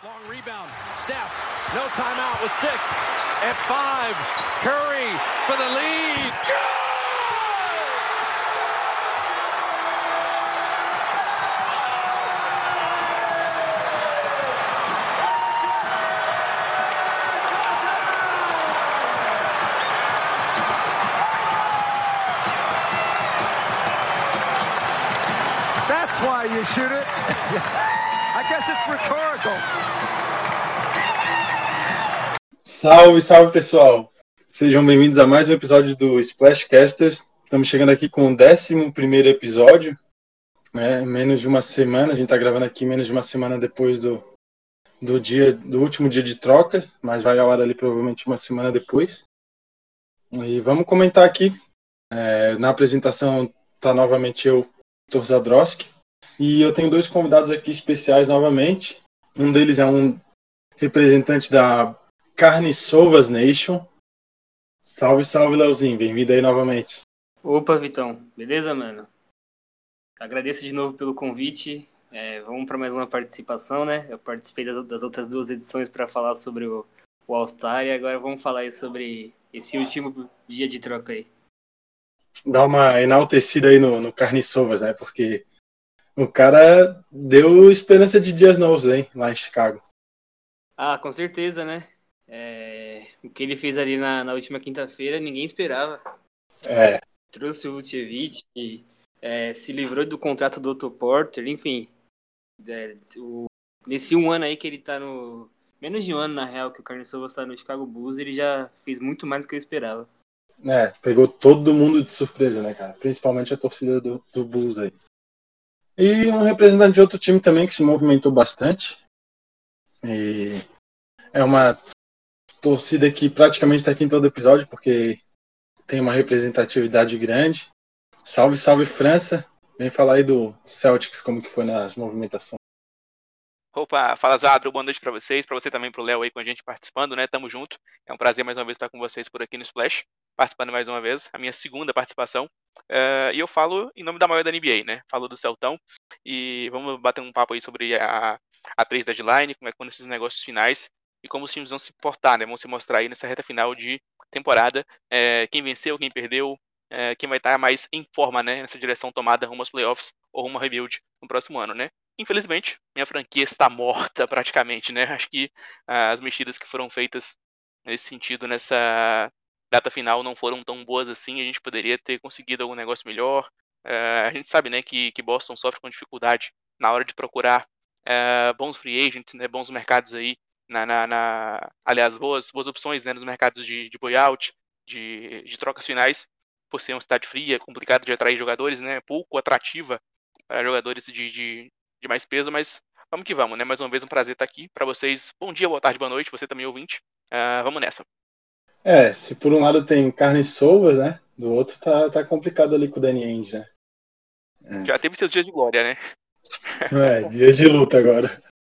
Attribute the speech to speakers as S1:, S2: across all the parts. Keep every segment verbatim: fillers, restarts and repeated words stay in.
S1: Long rebound. Steph, no timeout with six. At five, Curry for the lead.
S2: That's why you shoot it. I guess it's rhetorical.
S3: Salve, salve pessoal! Sejam bem-vindos a mais um episódio do Splashcasters. Estamos chegando aqui com o décimo primeiro episódio, né? Menos de uma semana, a gente está gravando aqui menos de uma semana depois do, do, dia, do último dia de troca, mas vai ao ar ali provavelmente uma semana depois. E vamos comentar aqui, é, na apresentação está novamente eu, Vitor Zadroski, e eu tenho dois convidados aqui especiais novamente. Um deles é um representante da Carniçovas Nation. Salve, salve, Leozinho. Bem-vindo aí novamente.
S4: Opa, Vitão. Beleza, mano? Agradeço de novo pelo convite. É, vamos para mais uma participação, né? Eu participei das, das outras duas edições para falar sobre o, o All-Star e agora vamos falar aí sobre esse último dia de troca aí.
S3: Dá uma enaltecida aí no, no Carniçovas, né? Porque o cara deu esperança de dias novos, hein? Lá em Chicago.
S4: Ah, com certeza, né? É, o que ele fez ali na, na última quinta-feira, ninguém esperava.
S3: É.
S4: Trouxe o Vucevic, é, se livrou do contrato do Otto Porter, enfim. É, o, nesse um ano aí que ele tá no... Menos de um ano, na real, que o Carniçovas tá no Chicago Bulls, ele já fez muito mais do que eu esperava.
S3: É, pegou todo mundo de surpresa, né, cara? Principalmente a torcida do, do Bulls aí. E um representante de outro time também que se movimentou bastante. E é uma torcida que praticamente está aqui em todo episódio, porque tem uma representatividade grande. Salve, salve, França. Vem falar aí do Celtics, como que foi nas movimentações.
S5: Opa, fala Zadro, boa noite pra vocês, pra você também, pro Léo aí com a gente participando, né? Tamo junto. É um prazer mais uma vez estar com vocês por aqui no Splash, participando mais uma vez, a minha segunda participação. Uh, e eu falo em nome da maior da N B A, né? Falo do Celtão. E vamos bater um papo aí sobre a, a trade deadline, como é que foram esses negócios finais e como os times vão se portar, né? Vão se mostrar aí nessa reta final de temporada. É, quem venceu, quem perdeu, é, quem vai estar mais em forma, né? Nessa direção tomada rumo aos playoffs ou rumo a rebuild no próximo ano, né? Infelizmente, minha franquia está morta praticamente, né? Acho que ah, as mexidas que foram feitas nesse sentido, nessa data final, não foram tão boas assim. A gente poderia ter conseguido algum negócio melhor. Uh, a gente sabe, né, que, que Boston sofre com dificuldade na hora de procurar uh, bons free agents, né, bons mercados aí, na, na, na... aliás, boas, boas opções, né, nos mercados de, de buyout, de, de trocas finais, por ser uma cidade fria, complicado de atrair jogadores, né, pouco atrativa para jogadores de, de de mais peso, mas vamos que vamos, né? Mais uma vez um prazer estar aqui para vocês. Bom dia, boa tarde, boa noite, você também ouvinte. Uh, vamos nessa.
S3: É, se por um lado tem Carniçovas, né? Do outro tá, tá complicado ali com o Danny Ainge, né?
S5: É. Já teve seus dias de glória, né?
S3: É, dias de luta agora.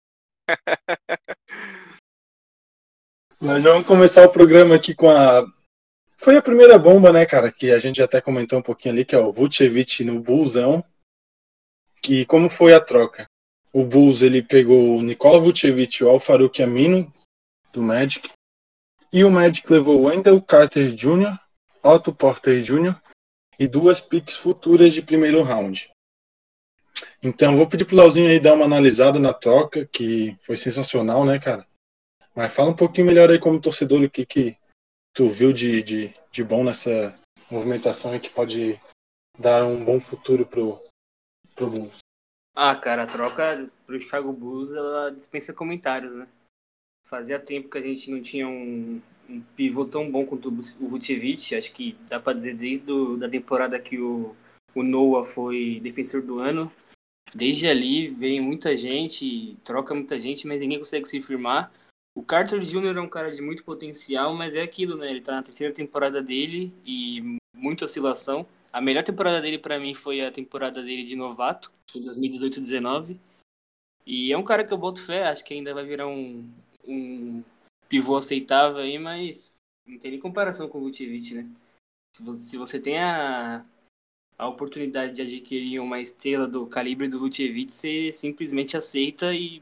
S3: Nós vamos começar o programa aqui com a... Foi a primeira bomba, né, cara? Que a gente até comentou um pouquinho ali, que é o Vucevic no Bullzão. Que como foi a troca? O Bulls ele pegou o Nikola Vucevic e o Al-Farouq Aminu do Magic, e o Magic levou o Wendell Carter Júnior, Otto Porter Júnior e duas picks futuras de primeiro round. Então vou pedir pro Lauzinho aí dar uma analisada na troca, que foi sensacional, né, cara? Mas fala um pouquinho melhor aí como torcedor o que, que tu viu de, de, de bom nessa movimentação e que pode dar um bom futuro pro pro Bulls.
S4: Ah, cara, a troca pro Chicago Bulls, ela dispensa comentários, né? Fazia tempo que a gente não tinha um, um pivô tão bom quanto o Vucevic. Acho que dá pra dizer desde do, da temporada que o, o Noah foi defensor do ano. Desde ali vem muita gente, troca muita gente, mas ninguém consegue se firmar. O Carter Júnior é um cara de muito potencial, mas é aquilo, né? Ele tá na terceira temporada dele e muita oscilação. A melhor temporada dele pra mim foi a temporada dele de novato, em dois mil e dezoito dezenove. E é um cara que eu boto fé, acho que ainda vai virar um, um pivô aceitável aí, mas não tem nem comparação com o Vucevic, né? Se você, se você tem a, a oportunidade de adquirir uma estrela do calibre do Vucevic, você simplesmente aceita e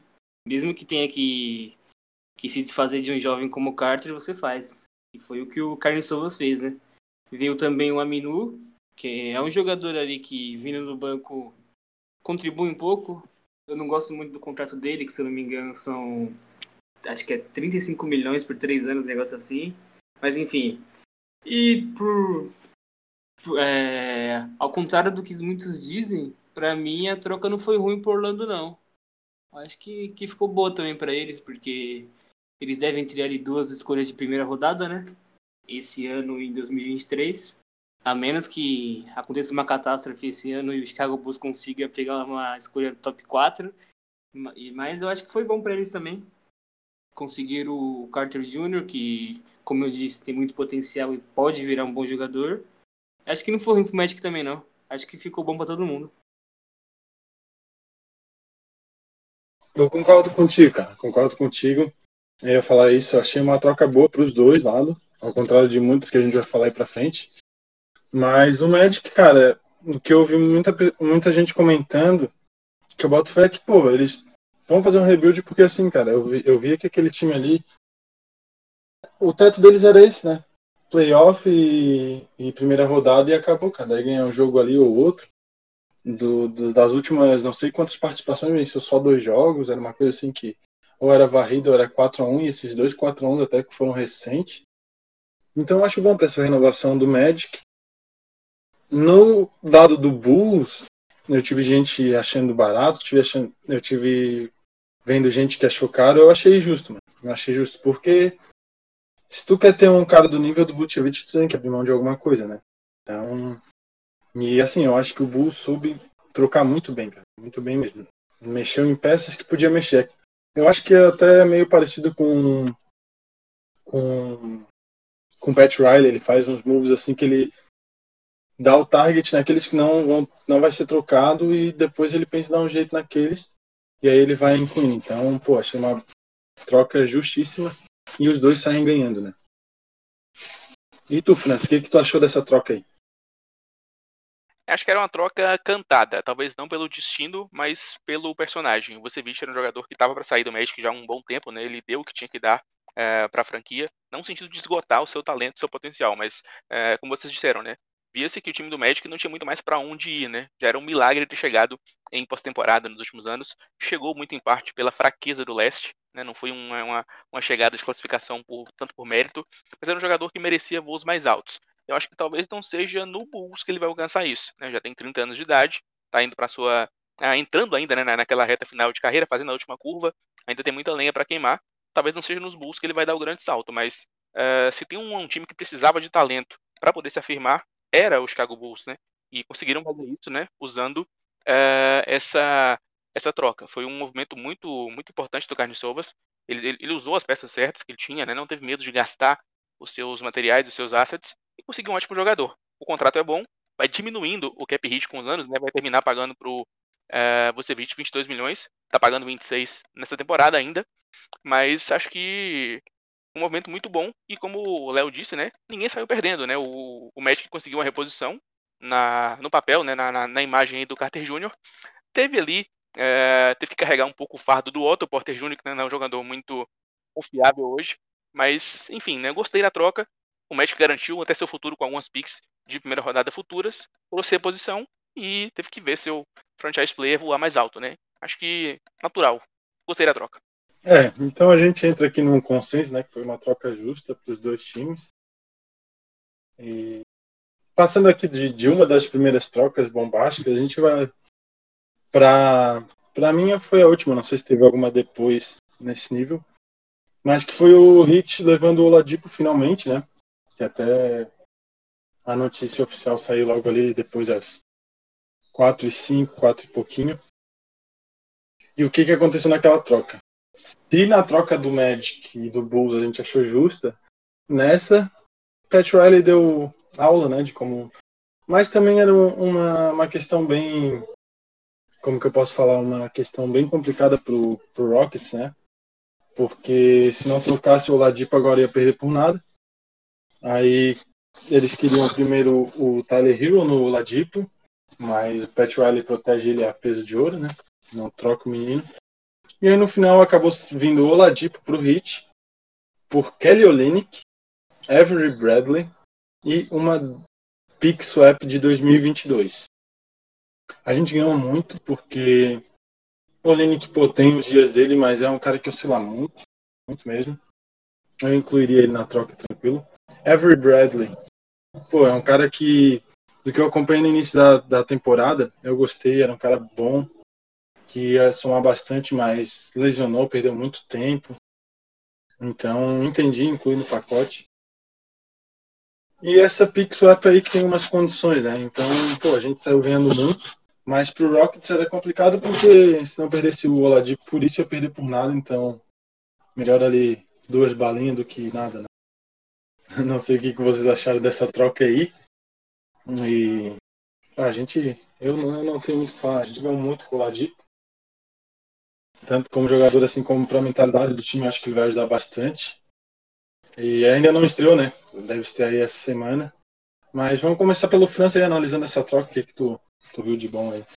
S4: Mesmo que tenha que, que se desfazer de um jovem como o Carter, você faz. E foi o que o Karnišovas fez, né? Veio também o Aminu, que é um jogador ali que, vindo do banco, contribui um pouco. Eu não gosto muito do contrato dele, que se eu não me engano são, acho que é trinta e cinco milhões por três anos, negócio assim. Mas enfim. E por, por é, ao contrário do que muitos dizem, pra mim a troca não foi ruim pro Orlando, não. Acho que, que ficou boa também pra eles, porque eles devem ter ali duas escolhas de primeira rodada, né? Esse ano e em dois mil e vinte e três. A menos que aconteça uma catástrofe esse ano e o Chicago Bulls consiga pegar uma escolha top quatro. Mas eu acho que foi bom pra eles também. Conseguiram o Carter Júnior, que, como eu disse, tem muito potencial e pode virar um bom jogador. Acho que não foi ruim pro Magic também, não. Acho que ficou bom pra todo mundo.
S3: Eu concordo contigo, cara. Concordo contigo. Eu ia falar isso, eu achei uma troca boa para os dois lados, ao contrário de muitos que a gente vai falar aí pra frente. Mas o Magic, cara, o que eu ouvi muita, muita gente comentando, que eu boto fé é que, pô, eles vão fazer um rebuild porque, assim, cara, eu, vi, eu via que aquele time ali, o teto deles era esse, né? Playoff e, e primeira rodada e acabou, cara. Daí ganhar um jogo ali ou outro. Do, do, das últimas, não sei quantas participações, venceu só dois jogos, era uma coisa assim que ou era varrido ou era quatro a um, e esses dois quatro a um até que foram recentes. Então eu acho bom para essa renovação do Magic. No lado do Bulls, eu tive gente achando barato, tive achando, eu tive vendo gente que achou caro, eu achei justo, mano. Eu achei justo, porque se tu quer ter um cara do nível do Vucevic, tu tem que abrir mão de alguma coisa, né? Então, e assim, eu acho que o Bulls soube trocar muito bem, cara. Muito bem mesmo. Mexeu em peças que podia mexer. Eu acho que é até meio parecido com com com o Pat Riley. Ele faz uns moves assim que ele dá o target naqueles que não vão, não vai ser trocado e depois ele pensa em dar um jeito naqueles e aí ele vai incluindo. Então, pô, achei uma troca justíssima e os dois saem ganhando, né? E tu, Francis, o que, que tu achou dessa troca aí?
S5: Acho que era uma troca cantada, talvez não pelo destino, mas pelo personagem. O Vucevic era um jogador que estava para sair do Magic já há um bom tempo, né? Ele deu o que tinha que dar é, para a franquia, não no sentido de esgotar o seu talento, o seu potencial, mas é, como vocês disseram, né? Via-se que o time do Magic não tinha muito mais para onde ir, né? Já era um milagre ter chegado em pós-temporada nos últimos anos. Chegou muito em parte pela fraqueza do leste, né? Não foi uma, uma, uma chegada de classificação por, tanto por mérito, mas era um jogador que merecia voos mais altos. Eu acho que talvez não seja no Bulls que ele vai alcançar isso, né? Já tem trinta anos de idade, tá indo para sua, ah, entrando ainda, né, naquela reta final de carreira, fazendo a última curva, ainda tem muita lenha para queimar. Talvez não seja nos Bulls que ele vai dar o grande salto, mas uh, se tem um, um time que precisava de talento para poder se afirmar, era o Chicago Bulls, né? E conseguiram fazer isso, né? Usando uh, essa essa troca. Foi um movimento muito muito importante do Karnišovas. Ele, ele, ele usou as peças certas que ele tinha, né? Não teve medo de gastar os seus materiais, os seus assets, e conseguir um ótimo jogador. O contrato é bom, vai diminuindo o cap hit com os anos, né? Vai terminar pagando pro uh, Vucevic vinte e dois milhões, tá pagando vinte e seis nessa temporada ainda, mas acho que um movimento muito bom, e como o Léo disse, né? Ninguém saiu perdendo, né? O, o Magic conseguiu uma reposição na, no papel, né? Na, na, na imagem aí do Carter Júnior Teve ali, uh, teve que carregar um pouco o fardo do Otto Porter Júnior, que não é um jogador muito confiável hoje, mas enfim, né? Gostei da troca. O Magic garantiu até seu futuro com algumas picks de primeira rodada futuras, trouxe a posição e teve que ver seu franchise player voar mais alto, né? Acho que natural. Gostei da troca.
S3: É, então a gente entra aqui num consenso, né, que foi uma troca justa para os dois times. E passando aqui de, de uma das primeiras trocas bombásticas, a gente vai para para mim foi a última, não sei se teve alguma depois nesse nível, mas que foi o Heat levando o Oladipo finalmente, né? Que até a notícia oficial saiu logo ali depois das quatro e cinco, quatro e pouquinho. E o que que aconteceu naquela troca? Se na troca do Magic e do Bulls a gente achou justa, nessa Pat Riley deu aula, né, de como... Mas também era uma, uma questão bem... Como que eu posso falar? Uma questão bem complicada pro, pro Rockets, né? Porque se não trocasse o Oladipo agora ia perder por nada. Aí eles queriam primeiro o Tyler Hero no Oladipo, mas o Pat Riley protege ele a peso de ouro, né? Não troca o menino. E aí no final acabou vindo o Oladipo pro Heat, por Kelly Olynyk, Avery Bradley e uma pick swap de dois mil e vinte e dois. A gente ganhou muito porque o Olynyk, pô, tem os dias dele, mas é um cara que oscila muito, muito mesmo. Eu incluiria ele na troca tranquilo. Avery Bradley, pô, é um cara que, do que eu acompanhei no início da, da temporada, eu gostei, era um cara bom, que ia somar bastante, mas lesionou, perdeu muito tempo. Então, entendi, inclui no pacote. E essa pick swap aí que tem umas condições, né? Então, pô, a gente saiu ganhando muito, mas pro Rockets era complicado porque se não perdesse o Oladipo, por isso ia perder por nada, então melhor ali duas balinhas do que nada, né? Não sei o que vocês acharam dessa troca aí. E a gente, eu não, eu não tenho muito o que falar, a gente ganhou muito com o Oladipo. Tanto como jogador, assim como para a mentalidade do time, acho que ele vai ajudar bastante. E ainda não estreou, né? Deve estrear aí essa semana. Mas vamos começar pelo França aí, analisando essa troca. O que, que tu, tu viu de bom aí?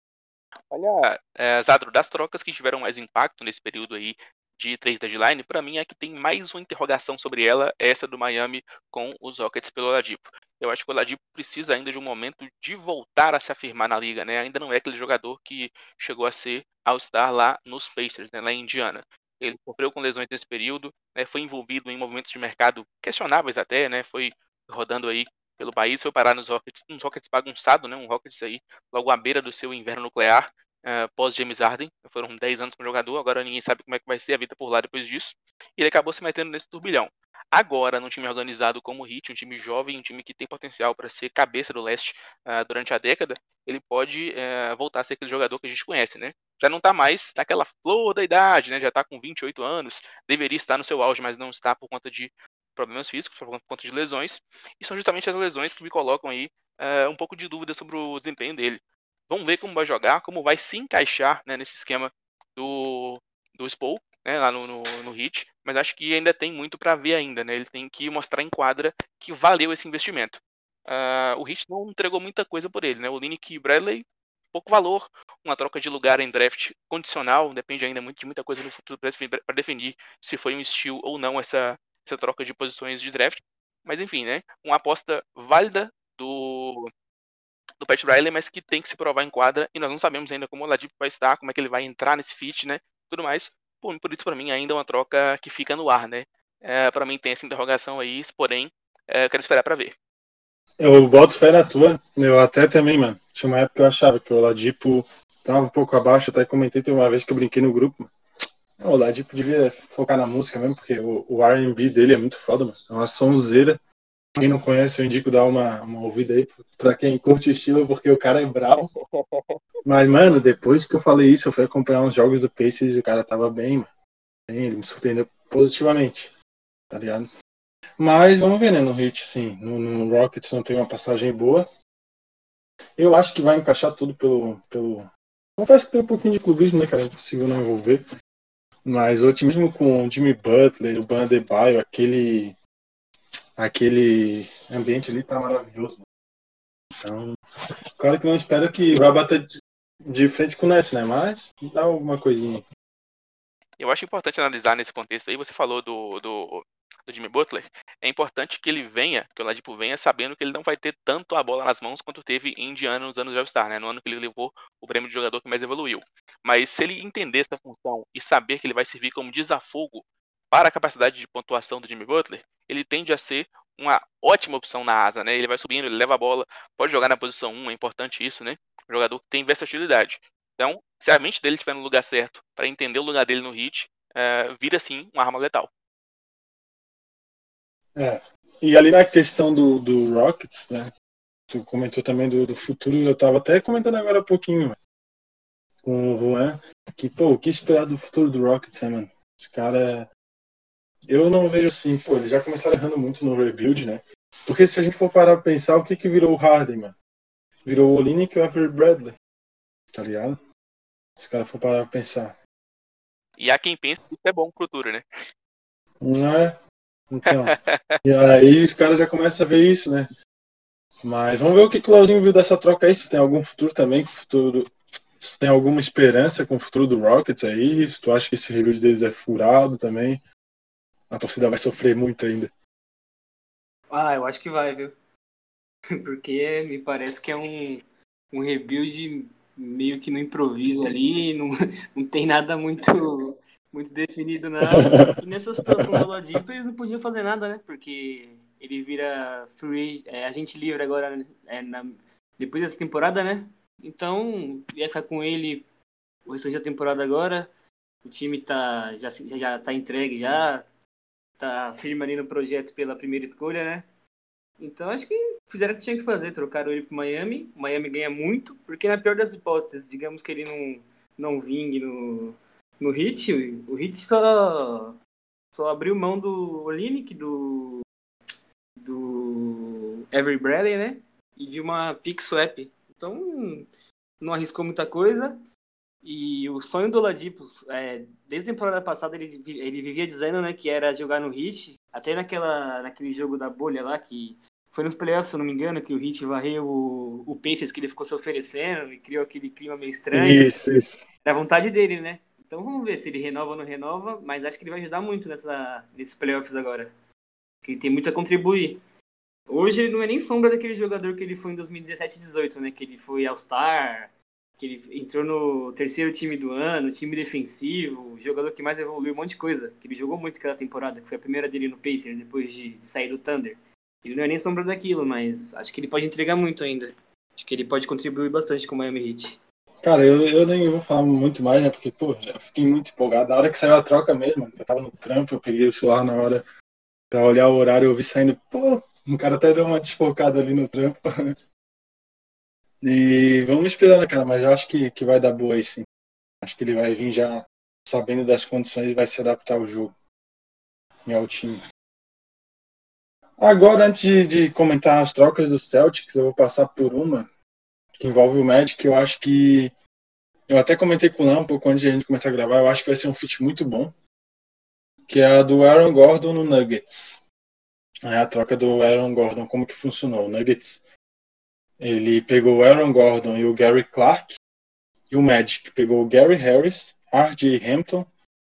S5: Olha, é, Zadro, das trocas que tiveram mais impacto nesse período aí de trade deadline, para mim é que tem mais uma interrogação sobre ela, essa do Miami com os Rockets pelo Oladipo. Eu acho que o Oladipo precisa ainda de um momento de voltar a se afirmar na liga, né? Ainda não é aquele jogador que chegou a ser All-Star lá nos Pacers, né? Lá em Indiana. Ele sofreu com lesões nesse período, né? Foi envolvido em movimentos de mercado questionáveis até, né? Foi rodando aí pelo país, foi parar nos Rockets, uns Rockets bagunçado, né? Um Rockets aí logo à beira do seu inverno nuclear. Uh, pós James Harden, foram dez anos como jogador, agora ninguém sabe como é que vai ser a vida por lá depois disso, e ele acabou se metendo nesse turbilhão. Agora, num time organizado como o Heat, um time jovem, um time que tem potencial para ser cabeça do leste uh, durante a década, ele pode uh, voltar a ser aquele jogador que a gente conhece, né? Já não está mais naquela flor da idade, né? Já está com vinte e oito anos, deveria estar no seu auge, mas não está por conta de problemas físicos, por conta de lesões, e são justamente as lesões que me colocam aí uh, um pouco de dúvida sobre o desempenho dele. Vamos ver como vai jogar, como vai se encaixar, né, nesse esquema do, do Spo, né, lá no, no, no Heat, mas acho que ainda tem muito para ver ainda, né? Ele tem que mostrar em quadra que valeu esse investimento. Uh, o Heat não entregou muita coisa por ele, né? O Olynyk e Bradley, pouco valor, uma troca de lugar em draft condicional, depende ainda muito de muita coisa no futuro para definir se foi um steal ou não essa, essa troca de posições de draft. Mas enfim, né? Uma aposta válida do do Pat Riley, mas que tem que se provar em quadra, e nós não sabemos ainda como o Oladipo vai estar, como é que ele vai entrar nesse fit, né, tudo mais. Por, por isso, para mim, ainda é uma troca que fica no ar, né. É, para mim tem essa interrogação aí, porém, é, eu quero esperar para ver.
S3: Eu boto fé na tua, eu até também, mano. Tinha uma época que eu achava que o Oladipo tava um pouco abaixo, até comentei tem uma vez que eu brinquei no grupo. O Oladipo devia focar na música mesmo, porque o, o R and B dele é muito foda, mano. É uma sonzeira. Quem não conhece, eu indico dar uma, uma ouvida aí pra quem curte o estilo, porque o cara é bravo. Mas, mano, depois que eu falei isso, eu fui acompanhar uns jogos do Pacers e o cara tava bem, mano. Ele me surpreendeu positivamente, tá ligado? Mas vamos ver, né, no Heat, assim, no, no Rockets não tem uma passagem boa. Eu acho que vai encaixar tudo pelo... pelo... Confesso que tem um pouquinho de clubismo, né, cara? É impossível não envolver. Mas o otimismo com o Jimmy Butler, o Bam Adebayo, aquele... aquele ambiente ali tá maravilhoso. Então, claro que não espero que vá bater de frente com o Nets, né? Mas dá alguma coisinha.
S5: Eu acho importante analisar nesse contexto aí, você falou do, do, do Jimmy Butler, é importante que ele venha, que o Oladipo venha sabendo que ele não vai ter tanto a bola nas mãos quanto teve em Indiana nos anos de All-Star, né? No ano que ele levou o prêmio de jogador que mais evoluiu. Mas se ele entender essa função e saber que ele vai servir como desafogo para a capacidade de pontuação do Jimmy Butler, ele tende a ser uma ótima opção na asa, né? Ele vai subindo, ele leva a bola, pode jogar na posição um, é importante isso, né? Um jogador que tem versatilidade. Então, se a mente dele estiver no lugar certo, para entender o lugar dele no Heat, é, vira sim uma arma letal.
S3: É. E ali na questão do, do Rockets, né? Tu comentou também do, do futuro, eu tava até comentando agora um pouquinho, mano, com o Juan, que, pô, o que esperar do futuro do Rockets, né, mano? Os caras... Eu não vejo assim, pô, eles já começaram errando muito no rebuild, né? Porque se a gente for parar pra pensar, o que que virou o Harden, mano? Virou o Olynyk e o Avery Bradley, tá ligado? Os caras foram parar pra pensar.
S5: E há quem pense que isso é bom pro futuro, né?
S3: Não é? Então. E aí os caras já começam a ver isso, né? Mas vamos ver o que o Clauzinho viu dessa troca aí, se tem algum futuro também, futuro Você tem alguma esperança com o futuro do Rockets aí? Se tu acha que esse rebuild deles é furado também? A torcida vai sofrer muito ainda.
S4: Ah, eu acho que vai, viu? Porque me parece que é um, um rebuild meio que no improviso ali, não, não tem nada muito, muito definido, não. E nessa situação do Oladipo, eles não podiam fazer nada, né? Porque ele vira free, é, agente livre agora, né? É, na, depois dessa temporada, né? Então, ia ficar com ele o restante da temporada agora. O time tá, já, já tá entregue, já tá firme ali no projeto pela primeira escolha, né? Então acho que fizeram o que tinha que fazer, trocaram ele pro Miami. O Miami ganha muito, porque na pior das hipóteses, digamos que ele não, não vingue no, no Heat, o Heat só, só abriu mão do Olynyk, do, do Avery Bradley, né? E de uma pick swap. Então não arriscou muita coisa. E o sonho do Oladipo, é, desde a temporada passada, ele, ele vivia dizendo, né, que era jogar no Heat. Até naquela, naquele jogo da bolha lá, que foi nos playoffs, se eu não me engano, que o Heat varreu o, o Pacers, que ele ficou se oferecendo e criou aquele clima meio estranho.
S3: Isso, isso.
S4: Era a vontade dele, né? Então vamos ver se ele renova ou não renova, mas acho que ele vai ajudar muito nessa, nesses playoffs agora. Que ele tem muito a contribuir. Hoje ele não é nem sombra daquele jogador que ele foi em dois mil e dezessete, dezoito, né? Que ele foi All-Star, que ele entrou no terceiro time do ano, time defensivo, jogador que mais evoluiu, um monte de coisa. Que ele jogou muito aquela temporada, que foi a primeira dele no Pacers, depois de, de sair do Thunder. Ele não é nem sombra daquilo, mas acho que ele pode entregar muito ainda. Acho que ele pode contribuir bastante com o Miami Heat.
S3: Cara, eu, eu nem vou falar muito mais, né? Porque, pô, já fiquei muito empolgado. Na hora que saiu a troca mesmo, eu tava no trampo, eu peguei o celular na hora pra olhar o horário, eu vi saindo, pô, o cara até deu uma desfocada ali no trampo. E vamos esperar, né, cara? Mas eu acho que, que vai dar boa aí, sim. Acho que ele vai vir já sabendo das condições e vai se adaptar ao jogo e ao time. Agora, antes de, de comentar as trocas do Celtics, eu vou passar por uma que envolve o Magic, que eu acho que... Eu até comentei com o Léo um pouco antes de a gente começar a gravar, eu acho que vai ser um fit muito bom, que é a do Aaron Gordon no Nuggets. É a troca do Aaron Gordon, como que funcionou? O Nuggets, ele pegou o Aaron Gordon e o Gary Clark, e o Magic pegou o Gary Harris, R J Hampton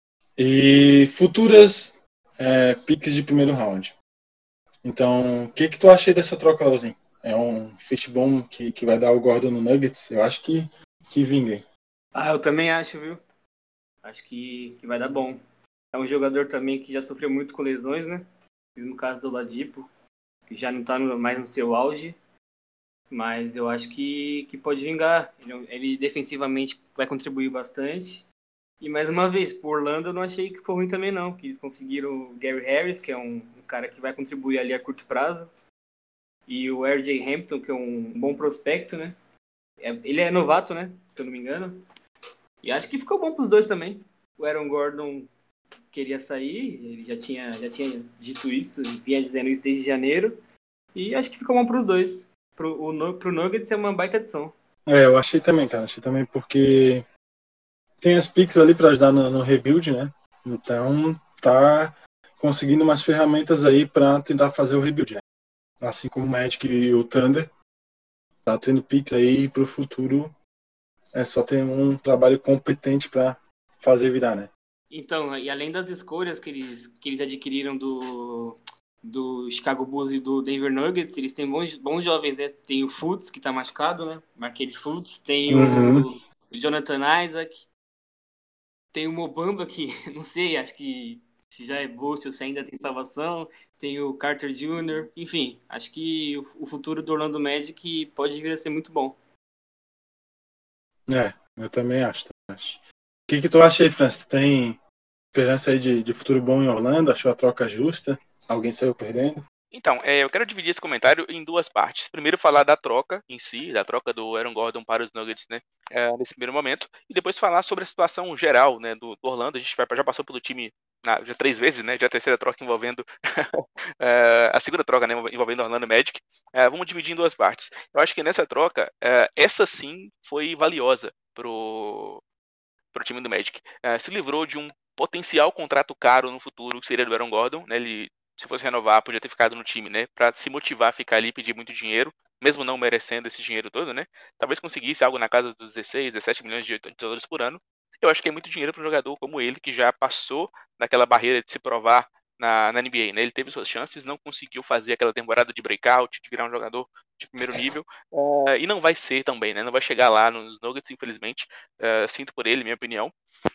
S3: e futuras é, picks de primeiro round. Então, o que que tu achei dessa troca, Lauzinho? É um fit bom que, que vai dar o Gordon no Nuggets? Eu acho que, que vinga, hein?
S4: Ah, eu também acho, viu? Acho que, que vai dar bom. É um jogador também que já sofreu muito com lesões, né? Mesmo caso do Oladipo, que já não tá no, mais no seu auge. Mas eu acho que, que pode vingar. Ele, ele defensivamente vai contribuir bastante. E mais uma vez, por Orlando eu não achei que foi ruim também não. Que eles conseguiram o Gary Harris, que é um, um cara que vai contribuir ali a curto prazo. E o R J Hampton, que é um bom prospecto, né? É, ele é novato, né? Se eu não me engano. E acho que ficou bom pros dois também. O Aaron Gordon queria sair, ele já tinha, já tinha dito isso, vinha dizendo isso desde janeiro. E acho que ficou bom pros dois. Pro, o, pro Nuggets é uma baita adição.
S3: É, eu achei também, cara. Achei também porque tem as picks ali para ajudar no, no rebuild, né? Então tá conseguindo umas ferramentas aí para tentar fazer o rebuild, né? Assim como o Magic e o Thunder, tá tendo picks aí pro futuro. É só ter um trabalho competente para fazer virar, né?
S4: Então, e além das escolhas que eles, que eles adquiriram do, do Chicago Bulls e do Denver Nuggets, eles têm bons, bons jovens, né? Tem o Fultz, que tá machucado, né? Marquele Fultz. Tem
S3: Uhum.
S4: o, o Jonathan Isaac. Tem o Mobamba, que não sei, acho que se já é ghost ou se ainda tem salvação. Tem o Carter Júnior Enfim, acho que o, o futuro do Orlando Magic pode vir a ser muito bom.
S3: É, eu também acho. Também acho. O que que tu acha aí, Francis? Tu tem esperança aí de, de futuro bom em Orlando? Achou a troca justa? Alguém saiu perdendo?
S5: Então, é, eu quero dividir esse comentário em duas partes. Primeiro, falar da troca em si, da troca do Aaron Gordon para os Nuggets, né, é, nesse primeiro momento, e depois falar sobre a situação geral, né, do, do Orlando. A gente vai, já passou pelo time na, já três vezes, né, já a terceira troca envolvendo é, a segunda troca, né, envolvendo o Orlando Magic. É, vamos dividir em duas partes. Eu acho que nessa troca, é, essa sim foi valiosa pro pro time do Magic. É, se livrou de um potencial contrato caro no futuro, que seria do Aaron Gordon, né, ele se fosse renovar, podia ter ficado no time, né? Pra se motivar a ficar ali e pedir muito dinheiro. mesmo não merecendo esse dinheiro todo, né? Talvez conseguisse algo na casa dos dezesseis, dezessete milhões de dólares por ano. Eu acho que é muito dinheiro para um jogador como ele, que já passou daquela barreira de se provar na, na N B A, né? Ele teve suas chances, não conseguiu fazer aquela temporada de breakout, de virar um jogador de primeiro nível, uh, e não vai ser também, né? Não vai chegar lá nos Nuggets, infelizmente. Uh, sinto por ele, minha opinião.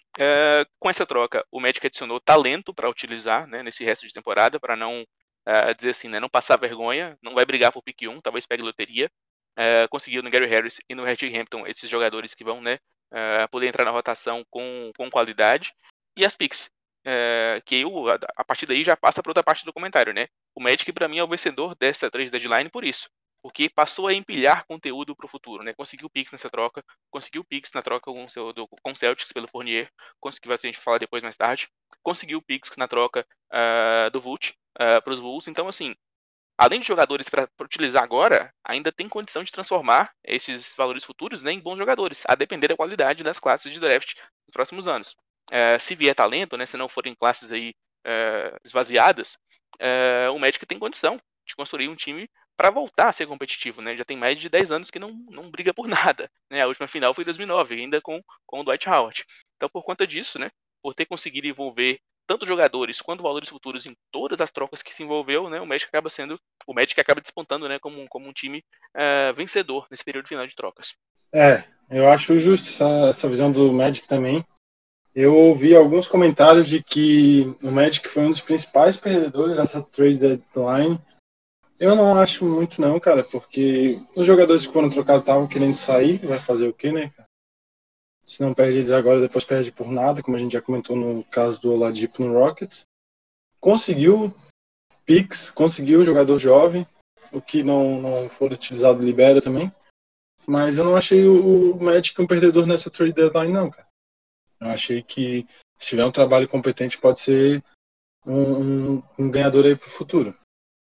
S5: Uh, com essa troca, o Magic adicionou talento para utilizar, né, nesse resto de temporada, para não uh, dizer assim, né, não passar vergonha, não vai brigar por pick um, talvez pegue loteria. Uh, conseguiu no Gary Harris e no Reggie Hampton esses jogadores que vão, né, uh, poder entrar na rotação com, com qualidade. E as picks, uh, que eu, a, a partir daí já passa para outra parte do comentário, né? O Magic para mim é o vencedor dessa trade deadline por isso, porque passou a empilhar conteúdo para o futuro, né? Conseguiu picks nessa troca, conseguiu picks na troca com o com Celtics pelo Fournier, conseguiu, a gente falar depois mais tarde, conseguiu picks na troca uh, do Vult uh, para os Bulls. Então, assim, além de jogadores para utilizar agora, ainda tem condição de transformar esses valores futuros, né, em bons jogadores, a depender da qualidade das classes de draft nos próximos anos. Uh, se vier talento, né, se não forem classes aí uh, esvaziadas, uh, o Magic tem condição de construir um time para voltar a ser competitivo, né? Já tem mais de dez anos que não, não briga por nada, né? A última final foi em dois mil e nove, ainda com, com o Dwight Howard. Então, por conta disso, né, por ter conseguido envolver tanto jogadores quanto valores futuros em todas as trocas que se envolveu, né, o Magic acaba sendo, o Magic acaba despontando, né, como, como um time uh, vencedor nesse período final de trocas.
S3: É, eu acho justo essa, essa visão do Magic também. Eu ouvi alguns comentários de que o Magic foi um dos principais perdedores dessa trade deadline. Eu não acho muito não, cara, porque os jogadores que foram trocados estavam querendo sair, vai fazer o quê, né, cara? Se não perde eles agora, depois perde por nada, como a gente já comentou no caso do Oladipo no Rockets. Conseguiu picks, conseguiu jogador jovem, o que não, não for utilizado libera também. Mas eu não achei o Magic um perdedor nessa trade deadline não, cara. Eu achei que se tiver um trabalho competente pode ser um, um, um ganhador aí pro futuro.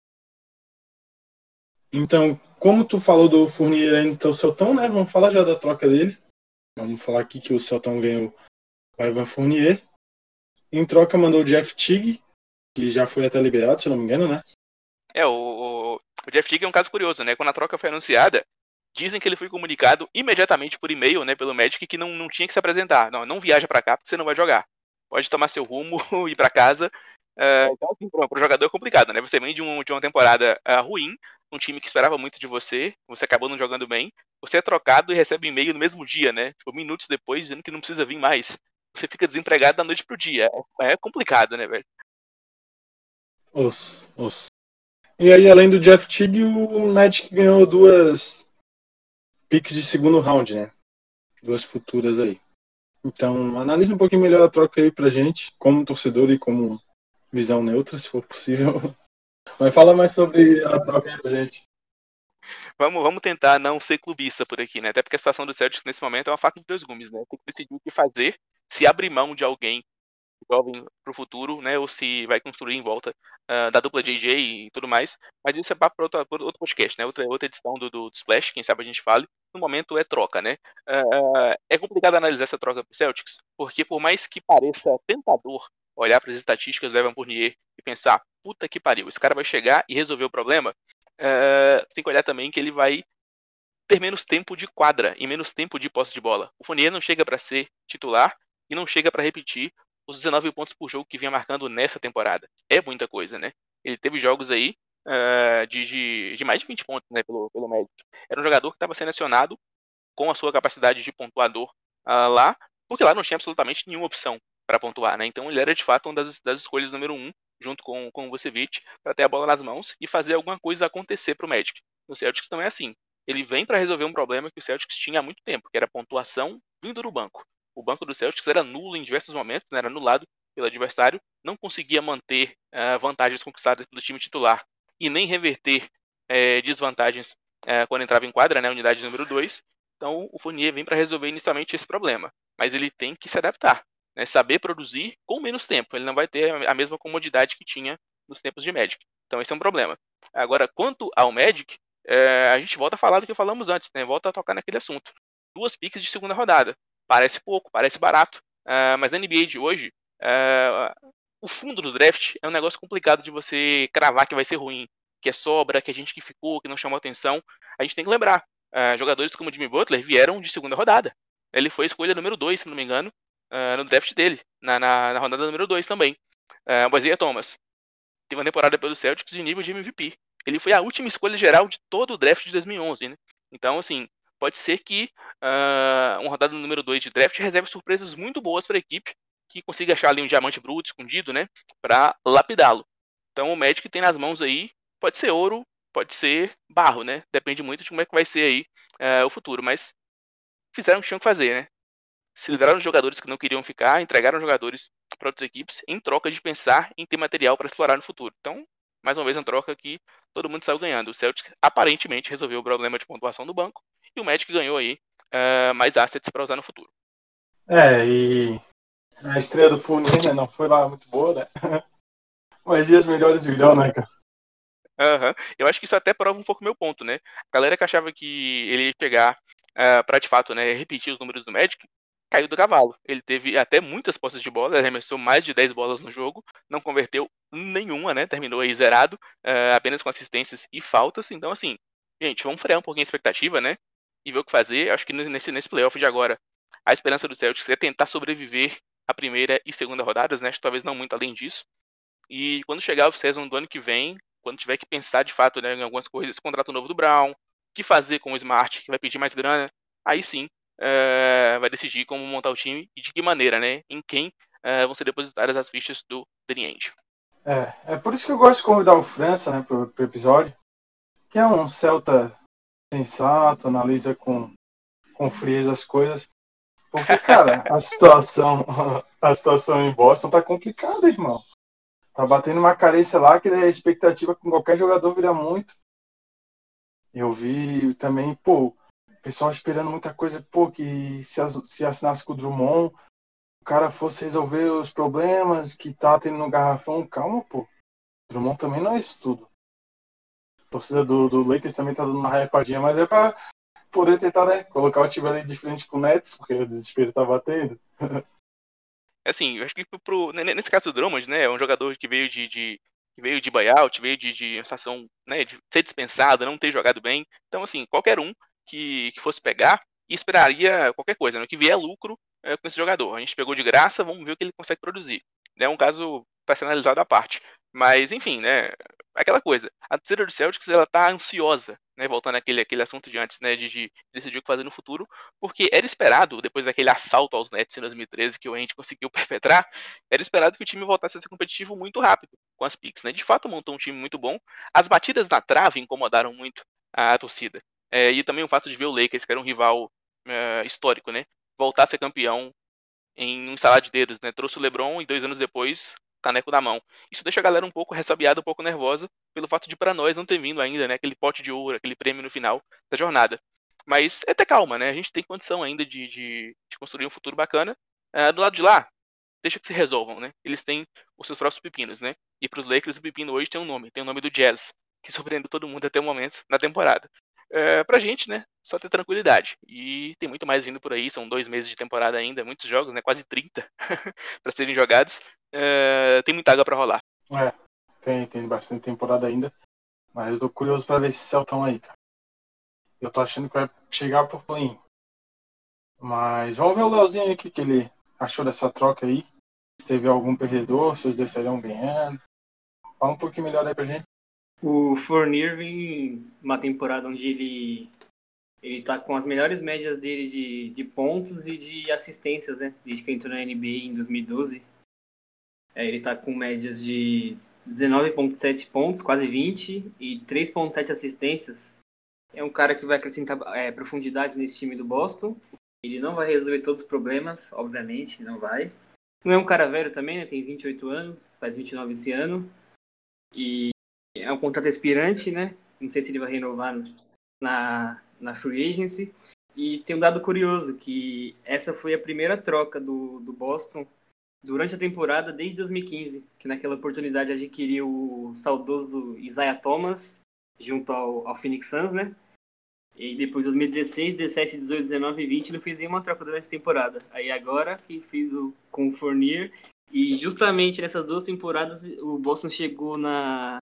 S3: Então, como tu falou do Fournier aí no teu Celtão, né? Vamos falar já da troca dele. Vamos falar aqui que o Celtão ganhou o Evan Fournier. Em troca mandou o Jeff Teague, que já foi até liberado, se não me engano, né?
S5: É, o, o, o Jeff Teague é um caso curioso, né? Quando a troca foi anunciada, dizem que ele foi comunicado imediatamente por e-mail, né, pelo Magic, que não, não tinha que se apresentar. Não, não viaja pra cá porque você não vai jogar. Pode tomar seu rumo e ir pra casa. Uh, então, assim, pro, pro jogador é complicado, né? Você vem de, um, de uma temporada uh, ruim, um time que esperava muito de você, você acabou não jogando bem, você é trocado e recebe um e-mail no mesmo dia, né? Tipo, minutos depois, dizendo que não precisa vir mais. Você fica desempregado da noite pro dia. É, é complicado, né, velho?
S3: Os, os. E aí, além do Jeff Teague, o Magic ganhou duas picks de segundo round, né? Duas futuras aí. Então, analise um pouquinho melhor a troca aí pra gente, como torcedor e como visão neutra, se for possível. Mas fala mais sobre a troca aí pra gente.
S5: Vamos, vamos tentar não ser clubista por aqui, né? Até porque a situação do Celtics nesse momento é uma faca de dois gumes, né? Tem que decidir o que fazer, se abrir mão de alguém jovem pro futuro, né? Ou se vai construir em volta uh, da dupla J J e tudo mais. Mas isso é papo para outro, outro podcast, né? Outra, outra edição do, do Splash, quem sabe a gente fale. No momento é troca, né? Uh, é complicado analisar essa troca pro Celtics, porque por mais que pareça tentador olhar para as estatísticas do Evan Fournier e pensar, puta que pariu, esse cara vai chegar e resolver o problema, uh, tem que olhar também que ele vai ter menos tempo de quadra e menos tempo de posse de bola. O Fournier não chega para ser titular e não chega para repetir os dezenove pontos por jogo que vinha marcando nessa temporada. É muita coisa, né? Ele teve jogos aí uh, de, de, de mais de vinte pontos, né, pelo, pelo Magic. Era um jogador que estava sendo acionado com a sua capacidade de pontuador uh, lá, porque lá não tinha absolutamente nenhuma opção para pontuar, né? Então ele era de fato uma das, das escolhas número um, junto com, com o Vucevic, para ter a bola nas mãos e fazer alguma coisa acontecer para o Magic. No Celtics não é assim. Ele vem para resolver um problema que o Celtics tinha há muito tempo, que era a pontuação vindo do banco. O banco do Celtics era nulo em diversos momentos, né, era anulado pelo adversário, não conseguia manter uh, vantagens conquistadas pelo time titular e nem reverter uh, desvantagens uh, quando entrava em quadra, né, unidade número dois. Então o Fournier vem para resolver inicialmente esse problema, mas ele tem que se adaptar, né, saber produzir com menos tempo. Ele não vai ter a mesma comodidade que tinha nos tempos de Magic. Então esse é um problema. Agora, quanto ao Magic, uh, a gente volta a falar do que falamos antes, né, volta a tocar naquele assunto. Duas piques de segunda rodada. Parece pouco, parece barato, uh, mas na N B A de hoje, uh, o fundo do draft é um negócio complicado de você cravar que vai ser ruim. que é sobra, que é gente que ficou, que não chamou atenção. A gente tem que lembrar, uh, jogadores como o Jimmy Butler vieram de segunda rodada. Ele foi escolha número dois, se não me engano, uh, no draft dele, na, na, na rodada número dois também. Uh, o Isaiah Thomas teve uma temporada pelo Celtics de nível de M V P. Ele foi a última escolha geral de todo o draft de dois mil e onze, né? Então, assim, pode ser que uh, uma rodada número dois de draft reserve surpresas muito boas para a equipe, que consiga achar ali um diamante bruto escondido, né, para lapidá-lo. Então, o Magic tem nas mãos aí, pode ser ouro, pode ser barro, né? Depende muito de como é que vai ser aí uh, o futuro, mas fizeram o que tinham que fazer, né? Se lideraram os jogadores que não queriam ficar, entregaram jogadores para outras equipes, em troca de pensar em ter material para explorar no futuro. Então, mais uma vez, uma troca que todo mundo saiu ganhando. O Celtics aparentemente resolveu o problema de pontuação do banco e o Magic ganhou aí uh, mais assets para usar no futuro.
S3: É, e a estreia do Fournier, né, não foi lá muito boa, né? Mas dias melhores virão, né, cara?
S5: Uhum. Eu acho que isso até prova um pouco meu ponto, né? A galera que achava que ele ia chegar uh, para de fato, né, repetir os números do Magic, caiu do cavalo. Ele teve até muitas posses de bola, arremessou mais de dez bolas no jogo, não converteu nenhuma, né? Terminou aí zerado, uh, apenas com assistências e faltas. Então, assim, gente, vamos frear um pouquinho a expectativa, né? E ver o que fazer. Acho que nesse, nesse playoff de agora, a esperança do Celtics é tentar sobreviver a primeira e segunda rodadas, né? Acho que talvez não muito além disso. E quando chegar o season do ano que vem, quando tiver que pensar de fato, né, em algumas coisas, contrato novo do Brown, o que fazer com o Smart, que vai pedir mais grana, aí sim uh, vai decidir como montar o time e de que maneira, né? Em quem uh, vão ser depositadas as fichas do Danny Ainge.
S3: É, é por isso que eu gosto de convidar o França, né, pro, pro episódio, que é um Celta sensato, analisa com, com frieza as coisas. Porque, cara, a situação, a situação em Boston tá complicada, irmão. Tá batendo uma carência lá que a expectativa com qualquer jogador vira muito. Eu vi também, pô, o pessoal esperando muita coisa, pô, que se, se assinasse com o Drummond, o cara fosse resolver os problemas que tá tendo no garrafão. Calma, pô. O Drummond também não é isso tudo. A torcida do, do Lakers também tá dando uma hypadinha, mas é pra poder tentar, né, colocar o time ali de frente com o Nets, porque o desespero tá batendo.
S5: Assim, eu acho que pro, nesse caso do Drummond, né, é um jogador que veio de, de que veio de buyout, veio de, de uma situação, né, de ser dispensado, não ter jogado bem. Então, assim, qualquer um que, que fosse pegar esperaria qualquer coisa, né, que vier lucro é, com esse jogador. A gente pegou de graça, vamos ver o que ele consegue produzir. É um caso para ser analisado à parte. Mas, enfim, né, aquela coisa. A torcida do Celtics, ela tá ansiosa, né, voltando àquele, àquele assunto de antes, né, de, de decidir o que fazer no futuro, porque era esperado, depois daquele assalto aos Nets em dois mil e treze que o Ainge conseguiu perpetrar, era esperado que o time voltasse a ser competitivo muito rápido com as picks, né, de fato montou um time muito bom, as batidas na trave incomodaram muito a, a torcida, é, e também o fato de ver o Lakers, que era um rival é, histórico, né, voltar a ser campeão em um estalar de dedos, né, trouxe o LeBron e dois anos depois caneco na mão. Isso deixa a galera um pouco ressabiada, um pouco nervosa, pelo fato de para nós não ter vindo ainda, né, aquele pote de ouro, aquele prêmio no final da jornada. Mas é ter calma, né, a gente tem condição ainda de, de, de construir um futuro bacana. Uh, do lado de lá, deixa que se resolvam, né, eles têm os seus próprios pepinos, né, e para os Lakers o pepino hoje tem um nome, tem o nome do Jazz, que surpreendeu todo mundo até o momento na temporada. Uh, pra gente, né, só ter tranquilidade. E tem muito mais vindo por aí, são dois meses de temporada ainda, muitos jogos, né, quase trinta para serem jogados. Uh, tem muita água pra rolar.
S3: É, tem, tem bastante temporada ainda. Mas eu tô curioso pra ver esse Celtão aí, cara. Eu tô achando que vai chegar por play. Mas vamos ver o Leozinho aqui, que ele achou dessa troca aí. Se teve algum perdedor, se os dois estariam ganhando. Fala um pouquinho melhor aí pra gente.
S4: O Fournier vem uma temporada onde ele ele tá com as melhores médias dele de, de pontos e de assistências, né? Desde que entrou na N B A em dois mil e doze. É, ele tá com médias de dezenove vírgula sete pontos, quase vinte, e três vírgula sete assistências. É um cara que vai acrescentar é, profundidade nesse time do Boston. Ele não vai resolver todos os problemas, obviamente, não vai. Não é um cara velho também, né? Tem vinte e oito anos, faz vinte e nove esse ano. E é um contrato expirante, né? Não sei se ele vai renovar na, na Free Agency. E tem um dado curioso, que essa foi a primeira troca do, do Boston durante a temporada desde dois mil e quinze, que naquela oportunidade adquiriu o saudoso Isaiah Thomas junto ao, ao Phoenix Suns, né? E depois dois mil e dezesseis, dezessete, dezoito, dezenove e vinte não fez nenhuma troca durante a temporada. Aí agora que fiz o, com o Fournier. E justamente nessas duas temporadas o Boston chegou na,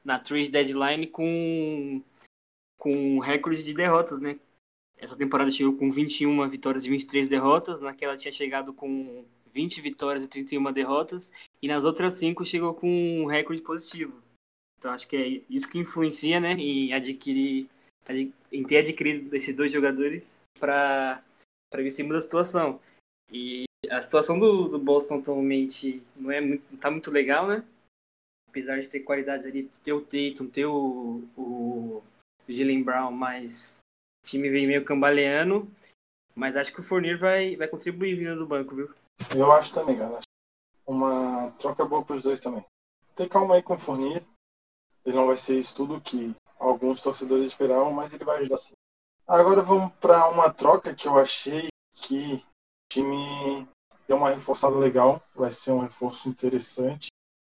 S4: na trade deadline com, com um recorde de derrotas, né? Essa temporada chegou com vinte e uma vitórias e vinte e três derrotas. Naquela tinha chegado com vinte vitórias e trinta e uma derrotas. E nas outras cinco chegou com um recorde positivo. Então acho que é isso que influencia, né, em adquirir, em ter adquirido esses dois jogadores para para ver se muda a situação. E a situação do, do Boston atualmente não é muito, não tá muito legal, né? Apesar de ter qualidade ali, ter o Tatum, ter o, o, o Jaylen Brown, mas o time vem meio cambaleando. Mas acho que o Fournier vai, vai contribuir vindo do banco, viu?
S3: Eu acho também, galera. Uma troca boa para os dois também. Tem calma aí com o Fournier. Ele não vai ser isso tudo que alguns torcedores esperavam, mas ele vai ajudar sim. Agora vamos para uma troca que eu achei que o time deu uma reforçada legal. Vai ser um reforço interessante.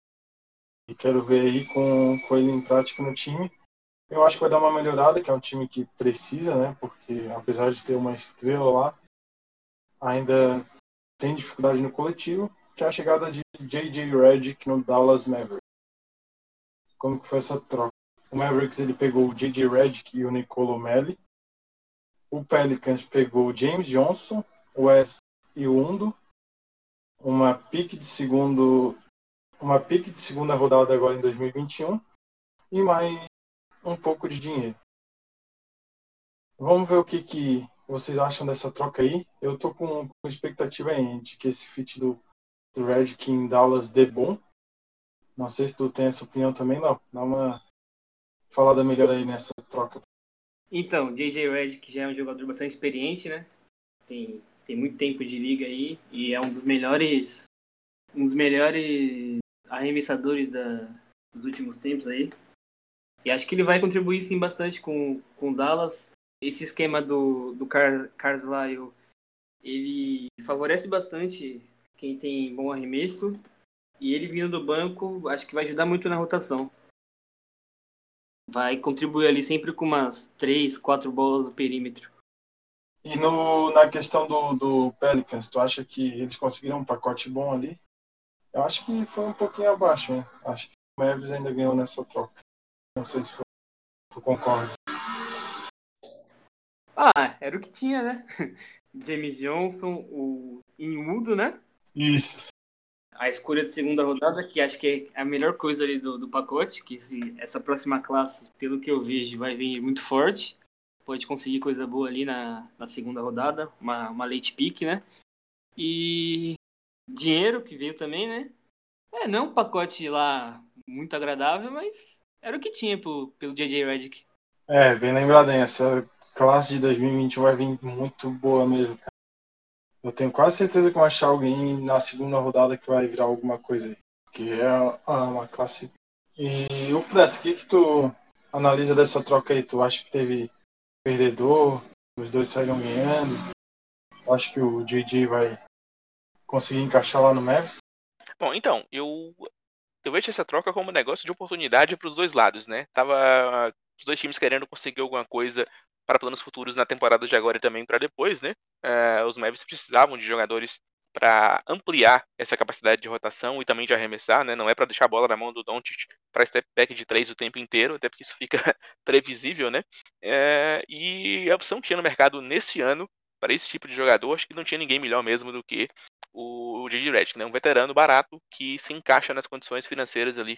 S3: E quero ver aí com, com ele em prática no time. Eu acho que vai dar uma melhorada, que é um time que precisa, né? Porque apesar de ter uma estrela lá, ainda tem dificuldade no coletivo, que é a chegada de J J Redick no Dallas Mavericks. Como que foi essa troca? O Mavericks ele pegou o J J Redick e o Nicolo Melli. O Pelicans pegou o James Johnson, o Wes e o Undo. Uma pique de segundo, uma pique de segunda rodada agora em dois mil e vinte e um e mais um pouco de dinheiro. Vamos ver o que, que vocês acham dessa troca aí. Eu tô com, com expectativa aí de que esse fit do, do Redick em Dallas dê bom. Não sei se tu tem essa opinião também, não. Dá uma falada melhor aí nessa troca.
S4: Então, J J Redick já é um jogador bastante experiente, né? Tem, tem muito tempo de liga aí e é um dos melhores um dos melhores arremessadores da, dos últimos tempos aí. E acho que ele vai contribuir sim bastante com com o Dallas. Esse esquema do, do Car, Carlisle, ele favorece bastante quem tem bom arremesso. E ele vindo do banco, acho que vai ajudar muito na rotação. Vai contribuir ali sempre com umas três, quatro bolas do perímetro.
S3: E no, na questão do, do Pelicans, tu acha que eles conseguiram um pacote bom ali? Eu acho que foi um pouquinho abaixo, hein? Acho que o Mavericks ainda ganhou nessa troca. Não sei se tu concorda.
S4: Ah, era o que tinha, né? James Johnson, o Inmudo, né?
S3: Isso.
S4: A escolha de segunda rodada, que acho que é a melhor coisa ali do, do pacote, que se, essa próxima classe, pelo que eu vejo, vai vir muito forte. Pode conseguir coisa boa ali na, na segunda rodada, uma, uma late pick, né? E dinheiro que veio também, né? É, não um pacote lá muito agradável, mas era o que tinha pro, pelo J J Redick.
S3: É, bem lembrado, hein? Essa classe de dois mil e vinte vai vir muito boa mesmo, cara. Eu tenho quase certeza que vou achar alguém na segunda rodada que vai virar alguma coisa aí. Porque é uma classe. E o Fresco, o que, que tu analisa dessa troca aí? Tu acha que teve perdedor? Os dois saíram ganhando? Acho que o J J vai conseguir encaixar lá no Mavericks?
S5: Bom, então, eu, eu vejo essa troca como um negócio de oportunidade para os dois lados, né? Tava os dois times querendo conseguir alguma coisa para planos futuros na temporada de agora e também para depois, né? Uh, os Mavericks precisavam de jogadores para ampliar essa capacidade de rotação e também de arremessar, né? Não é para deixar a bola na mão do Doncic para step back de três o tempo inteiro, até porque isso fica previsível, né? Uh, e a opção que tinha no mercado nesse ano para esse tipo de jogador, acho que não tinha ninguém melhor mesmo do que o J J Redick, né? Um veterano barato que se encaixa nas condições financeiras ali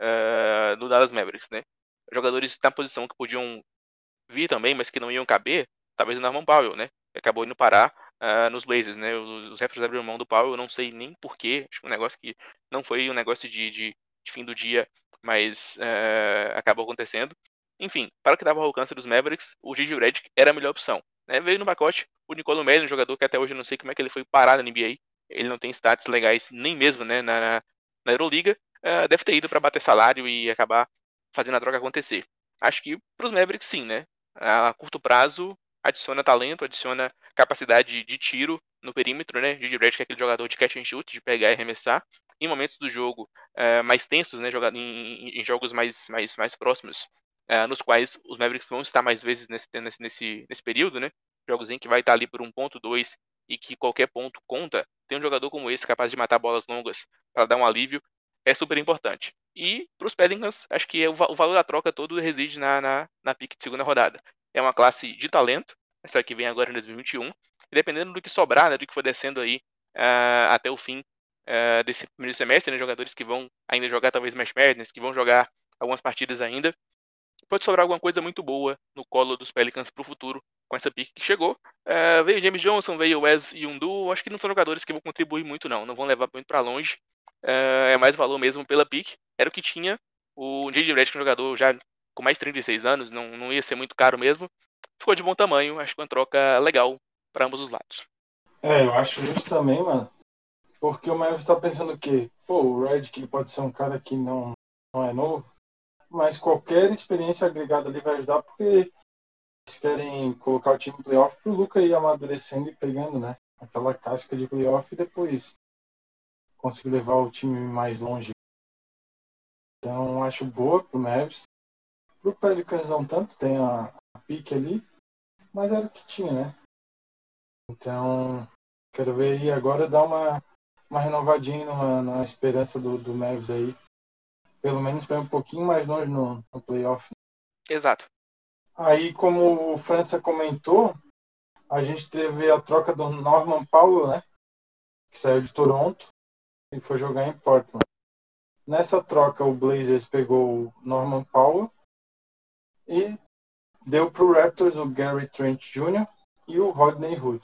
S5: uh, do Dallas Mavericks, né? Jogadores na posição que podiam vir também, mas que não iam caber, talvez o Norman Powell, né? Que acabou indo parar uh, nos Blazers, né? Os, os Raptors abriram mão do Powell, eu não sei nem porquê, acho que um negócio que não foi um negócio de, de, de fim do dia, mas uh, acabou acontecendo. Enfim, para o que dava ao alcance dos Mavericks, o J J Redick era a melhor opção. Né? Veio no pacote o Nicolo Melli, um jogador que até hoje eu não sei como é que ele foi parar na N B A. Ele não tem stats legais nem mesmo, né, na, na Euroliga. Uh, deve ter ido para bater salário e acabar fazendo a troca acontecer. Acho que para os Mavericks sim, né? A curto prazo adiciona talento, adiciona capacidade de tiro no perímetro, né? J J Redick é aquele jogador de catch and shoot, de pegar e arremessar. Em momentos do jogo uh, mais tensos, né? Em, em, em jogos mais, mais, mais próximos, uh, nos quais os Mavericks vão estar mais vezes nesse, nesse, nesse período, né? Jogos em que vai estar ali por um ponto, dois, e que qualquer ponto conta. Tem um jogador como esse capaz de matar bolas longas para dar um alívio. é super importante. E para os Pelicans, acho que o, o valor da troca todo reside na, na, na pick de segunda rodada. É uma classe de talento, essa que vem agora em dois mil e vinte e um, e dependendo do que sobrar, né, do que for descendo aí uh, até o fim uh, desse primeiro semestre, né, jogadores que vão ainda jogar talvez March Madness, que vão jogar algumas partidas ainda, pode sobrar alguma coisa muito boa no colo dos Pelicans para o futuro com essa pick que chegou. Uh, veio James Johnson, veio Wes Yundu, acho que não são jogadores que vão contribuir muito não, não vão levar muito para longe. Uh, é mais valor mesmo pela pick. Era o que tinha. O J J Redick, um jogador já com mais de trinta e seis anos, não, não ia ser muito caro mesmo. Ficou de bom tamanho, acho que uma troca legal para ambos os lados.
S3: É, eu acho isso também, mano. Porque o Mavis tá pensando que, pô, o Redick ele pode ser um cara que não, não é novo, mas qualquer experiência agregada ali vai ajudar, porque eles querem colocar o time no playoff pro Luka ir amadurecendo e pegando, né? Aquela casca de playoff e depois conseguir levar o time mais longe. Então, acho boa pro Mavis. Pro Pelicans não tanto, tem a, a pique ali, mas era o que tinha, né? Então, quero ver aí agora dar uma, uma renovadinha numa, na esperança do, do Mavis aí. Pelo menos para um pouquinho mais longe no, no playoff.
S5: Exato.
S3: Aí, como o França comentou, a gente teve a troca do Norman Powell, né? Que saiu de Toronto e foi jogar em Portland. Nessa troca, o Blazers pegou o Norman Powell e deu pro Raptors o Gary Trent Júnior e o Rodney Hood.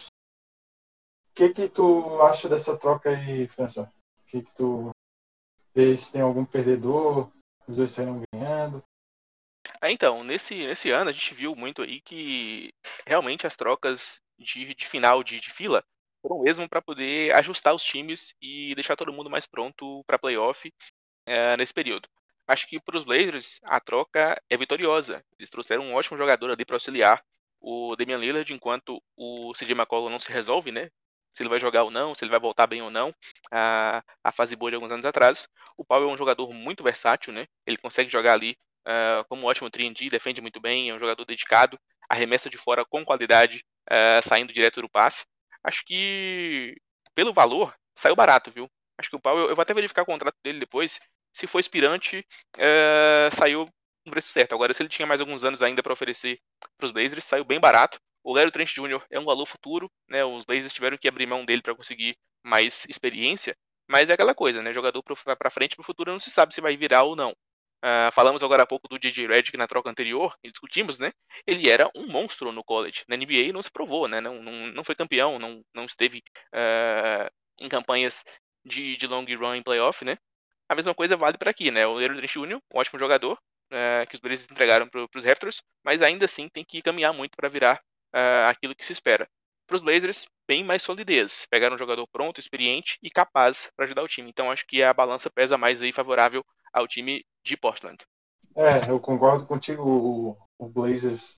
S3: O que que tu acha dessa troca aí, França? O que que tu vê se tem algum perdedor? Os dois saíram ganhando?
S5: Ah, então, nesse, nesse ano a gente viu muito aí que realmente as trocas de, de final de, de fila foram mesmo para poder ajustar os times e deixar todo mundo mais pronto para playoff é, nesse período. Acho que para os Blazers a troca é vitoriosa. Eles trouxeram um ótimo jogador ali para auxiliar o Damian Lillard enquanto o C J McCollum não se resolve, né? Se ele vai jogar ou não, se ele vai voltar bem ou não, a, a fase boa de alguns anos atrás. O Powell é um jogador muito versátil, né? Ele consegue jogar ali uh, como um ótimo três and D, defende muito bem, é um jogador dedicado, arremessa de fora com qualidade, uh, saindo direto do passe. Acho que, pelo valor, saiu barato, viu? Acho que o Powell, eu vou até verificar o contrato dele depois, se for expirante, uh, saiu no preço certo. Agora, se ele tinha mais alguns anos ainda para oferecer para os Blazers, saiu bem barato. O Gary Trent Júnior é um valor futuro, né? Os Blazers tiveram que abrir mão dele para conseguir mais experiência, mas é aquela coisa, né? Jogador para frente, para o futuro, não se sabe se vai virar ou não. Uh, falamos agora há pouco do J J Redick na troca anterior, e discutimos, né? Ele era um monstro no college. Na N B A não se provou, né? Não, não, não foi campeão, não, não esteve uh, em campanhas de, de long run em playoff, né? A mesma coisa vale para aqui, né? O Gary Trent Júnior, um ótimo jogador, uh, que os Blazers entregaram para os Raptors, mas ainda assim tem que caminhar muito para virar Uh, aquilo que se espera. Para os Blazers, bem mais solidez. Pegaram um jogador pronto, experiente e capaz para ajudar o time. Então acho que a balança pesa mais aí favorável ao time de Portland.
S3: É, eu concordo contigo. O, o Blazers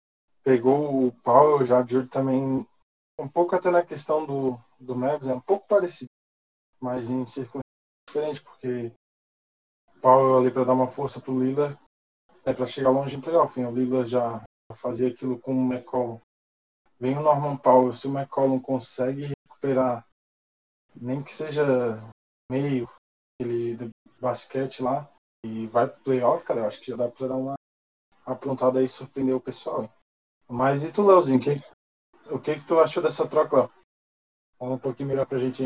S3: pegou o Powell já de olho também, um pouco até na questão do, do Mavs, é um pouco parecido, mas em circunstâncias diferentes, porque o Powell ali para dar uma força pro Lillard é para chegar longe em playoff. O Lillard já fazia aquilo com o McCollum. Vem o Norman Powell, se o McCollum consegue recuperar, nem que seja meio aquele do basquete lá, e vai pro playoff, cara, eu acho que já dá pra dar uma aprontada aí e surpreender o pessoal. Hein? Mas e tu, Leozinho, que, o que que tu achou dessa troca, Léo? Fala um pouquinho melhor pra gente.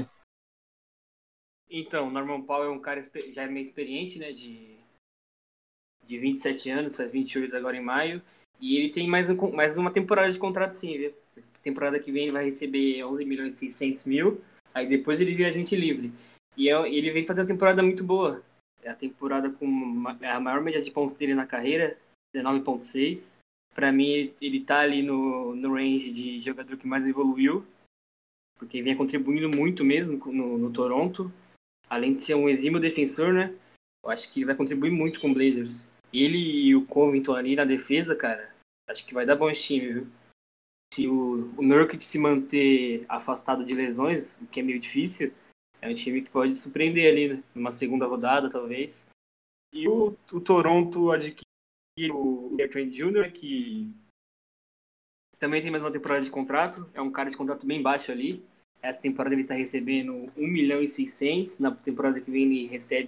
S4: Então, o Norman Powell é um cara já é meio experiente, né, de, de vinte e sete anos, faz vinte e oito agora em maio. E ele tem mais, um, mais uma temporada de contrato sim, viu? Temporada que vem ele vai receber onze milhões e seiscentos mil, aí depois ele vira agente livre. E é, ele vem fazer uma temporada muito boa. É a temporada com a maior média de pontos dele na carreira, dezenove vírgula seis. Pra mim, ele, ele tá ali no, no range de jogador que mais evoluiu, porque vem contribuindo muito mesmo no, no Toronto. Além de ser um exímio defensor, né? Eu acho que ele vai contribuir muito com o Blazers. Ele e o Covington ali na defesa, cara, acho que vai dar bom esse time, viu? Se o, o Nurkic se manter afastado de lesões, o que é meio difícil, é um time que pode surpreender ali, né? Numa segunda rodada, talvez. E o, o Toronto adquire o Gary Trent Júnior, que também tem mais uma temporada de contrato. É um cara de contrato bem baixo ali. Essa temporada ele está recebendo um milhão e seiscentos. Na temporada que vem ele recebe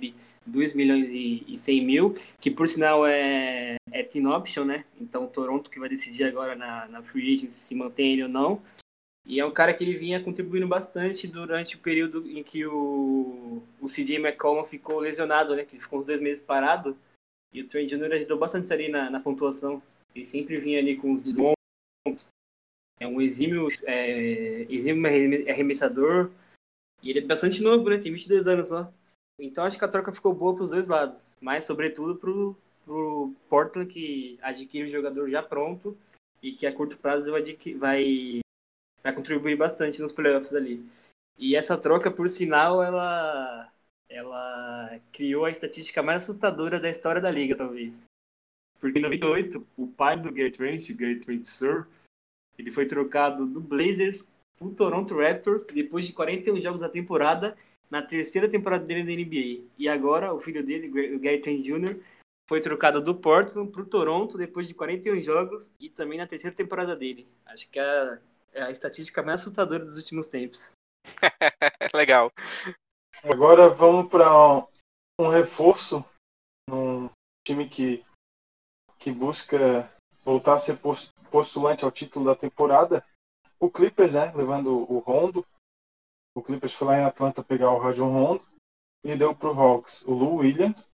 S4: dois milhões e cem mil, que por sinal é, é team option, né? Então o Toronto que vai decidir agora na, na free agency se mantém ele ou não. E é um cara que ele vinha contribuindo bastante durante o período em que o, o C J McCollum ficou lesionado, né? Que ele ficou uns dois meses parado. E o Trent Júnior ajudou bastante ali na, na pontuação. Ele sempre vinha ali com os desmontos. É um exímio, é, exímio arremessador. E ele é bastante novo, né? Tem vinte e dois anos só. Então acho que a troca ficou boa para os dois lados. Mas, sobretudo, pro, pro Portland, que adquire o jogador já pronto. E que a curto prazo vai, vai vai contribuir bastante nos playoffs ali. E essa troca, por sinal, ela, ela criou a estatística mais assustadora da história da liga, talvez. Porque em noventa e oito, o pai do Gary Trent, Gary Trent Sr., ele foi trocado do Blazers pro Toronto Raptors depois de quarenta e um jogos da temporada, na terceira temporada dele na N B A. E agora, o filho dele, o Gary Trent Júnior, foi trocado do Portland pro Toronto depois de quarenta e um jogos e também na terceira temporada dele. Acho que é É a estatística mais assustadora dos últimos tempos.
S5: Legal.
S3: Agora vamos para um reforço num time que, que busca voltar a ser postulante ao título da temporada. O Clippers, né? Levando o Rondo. O Clippers foi lá em Atlanta pegar o Rajon Rondo e deu para o Hawks o Lou Williams,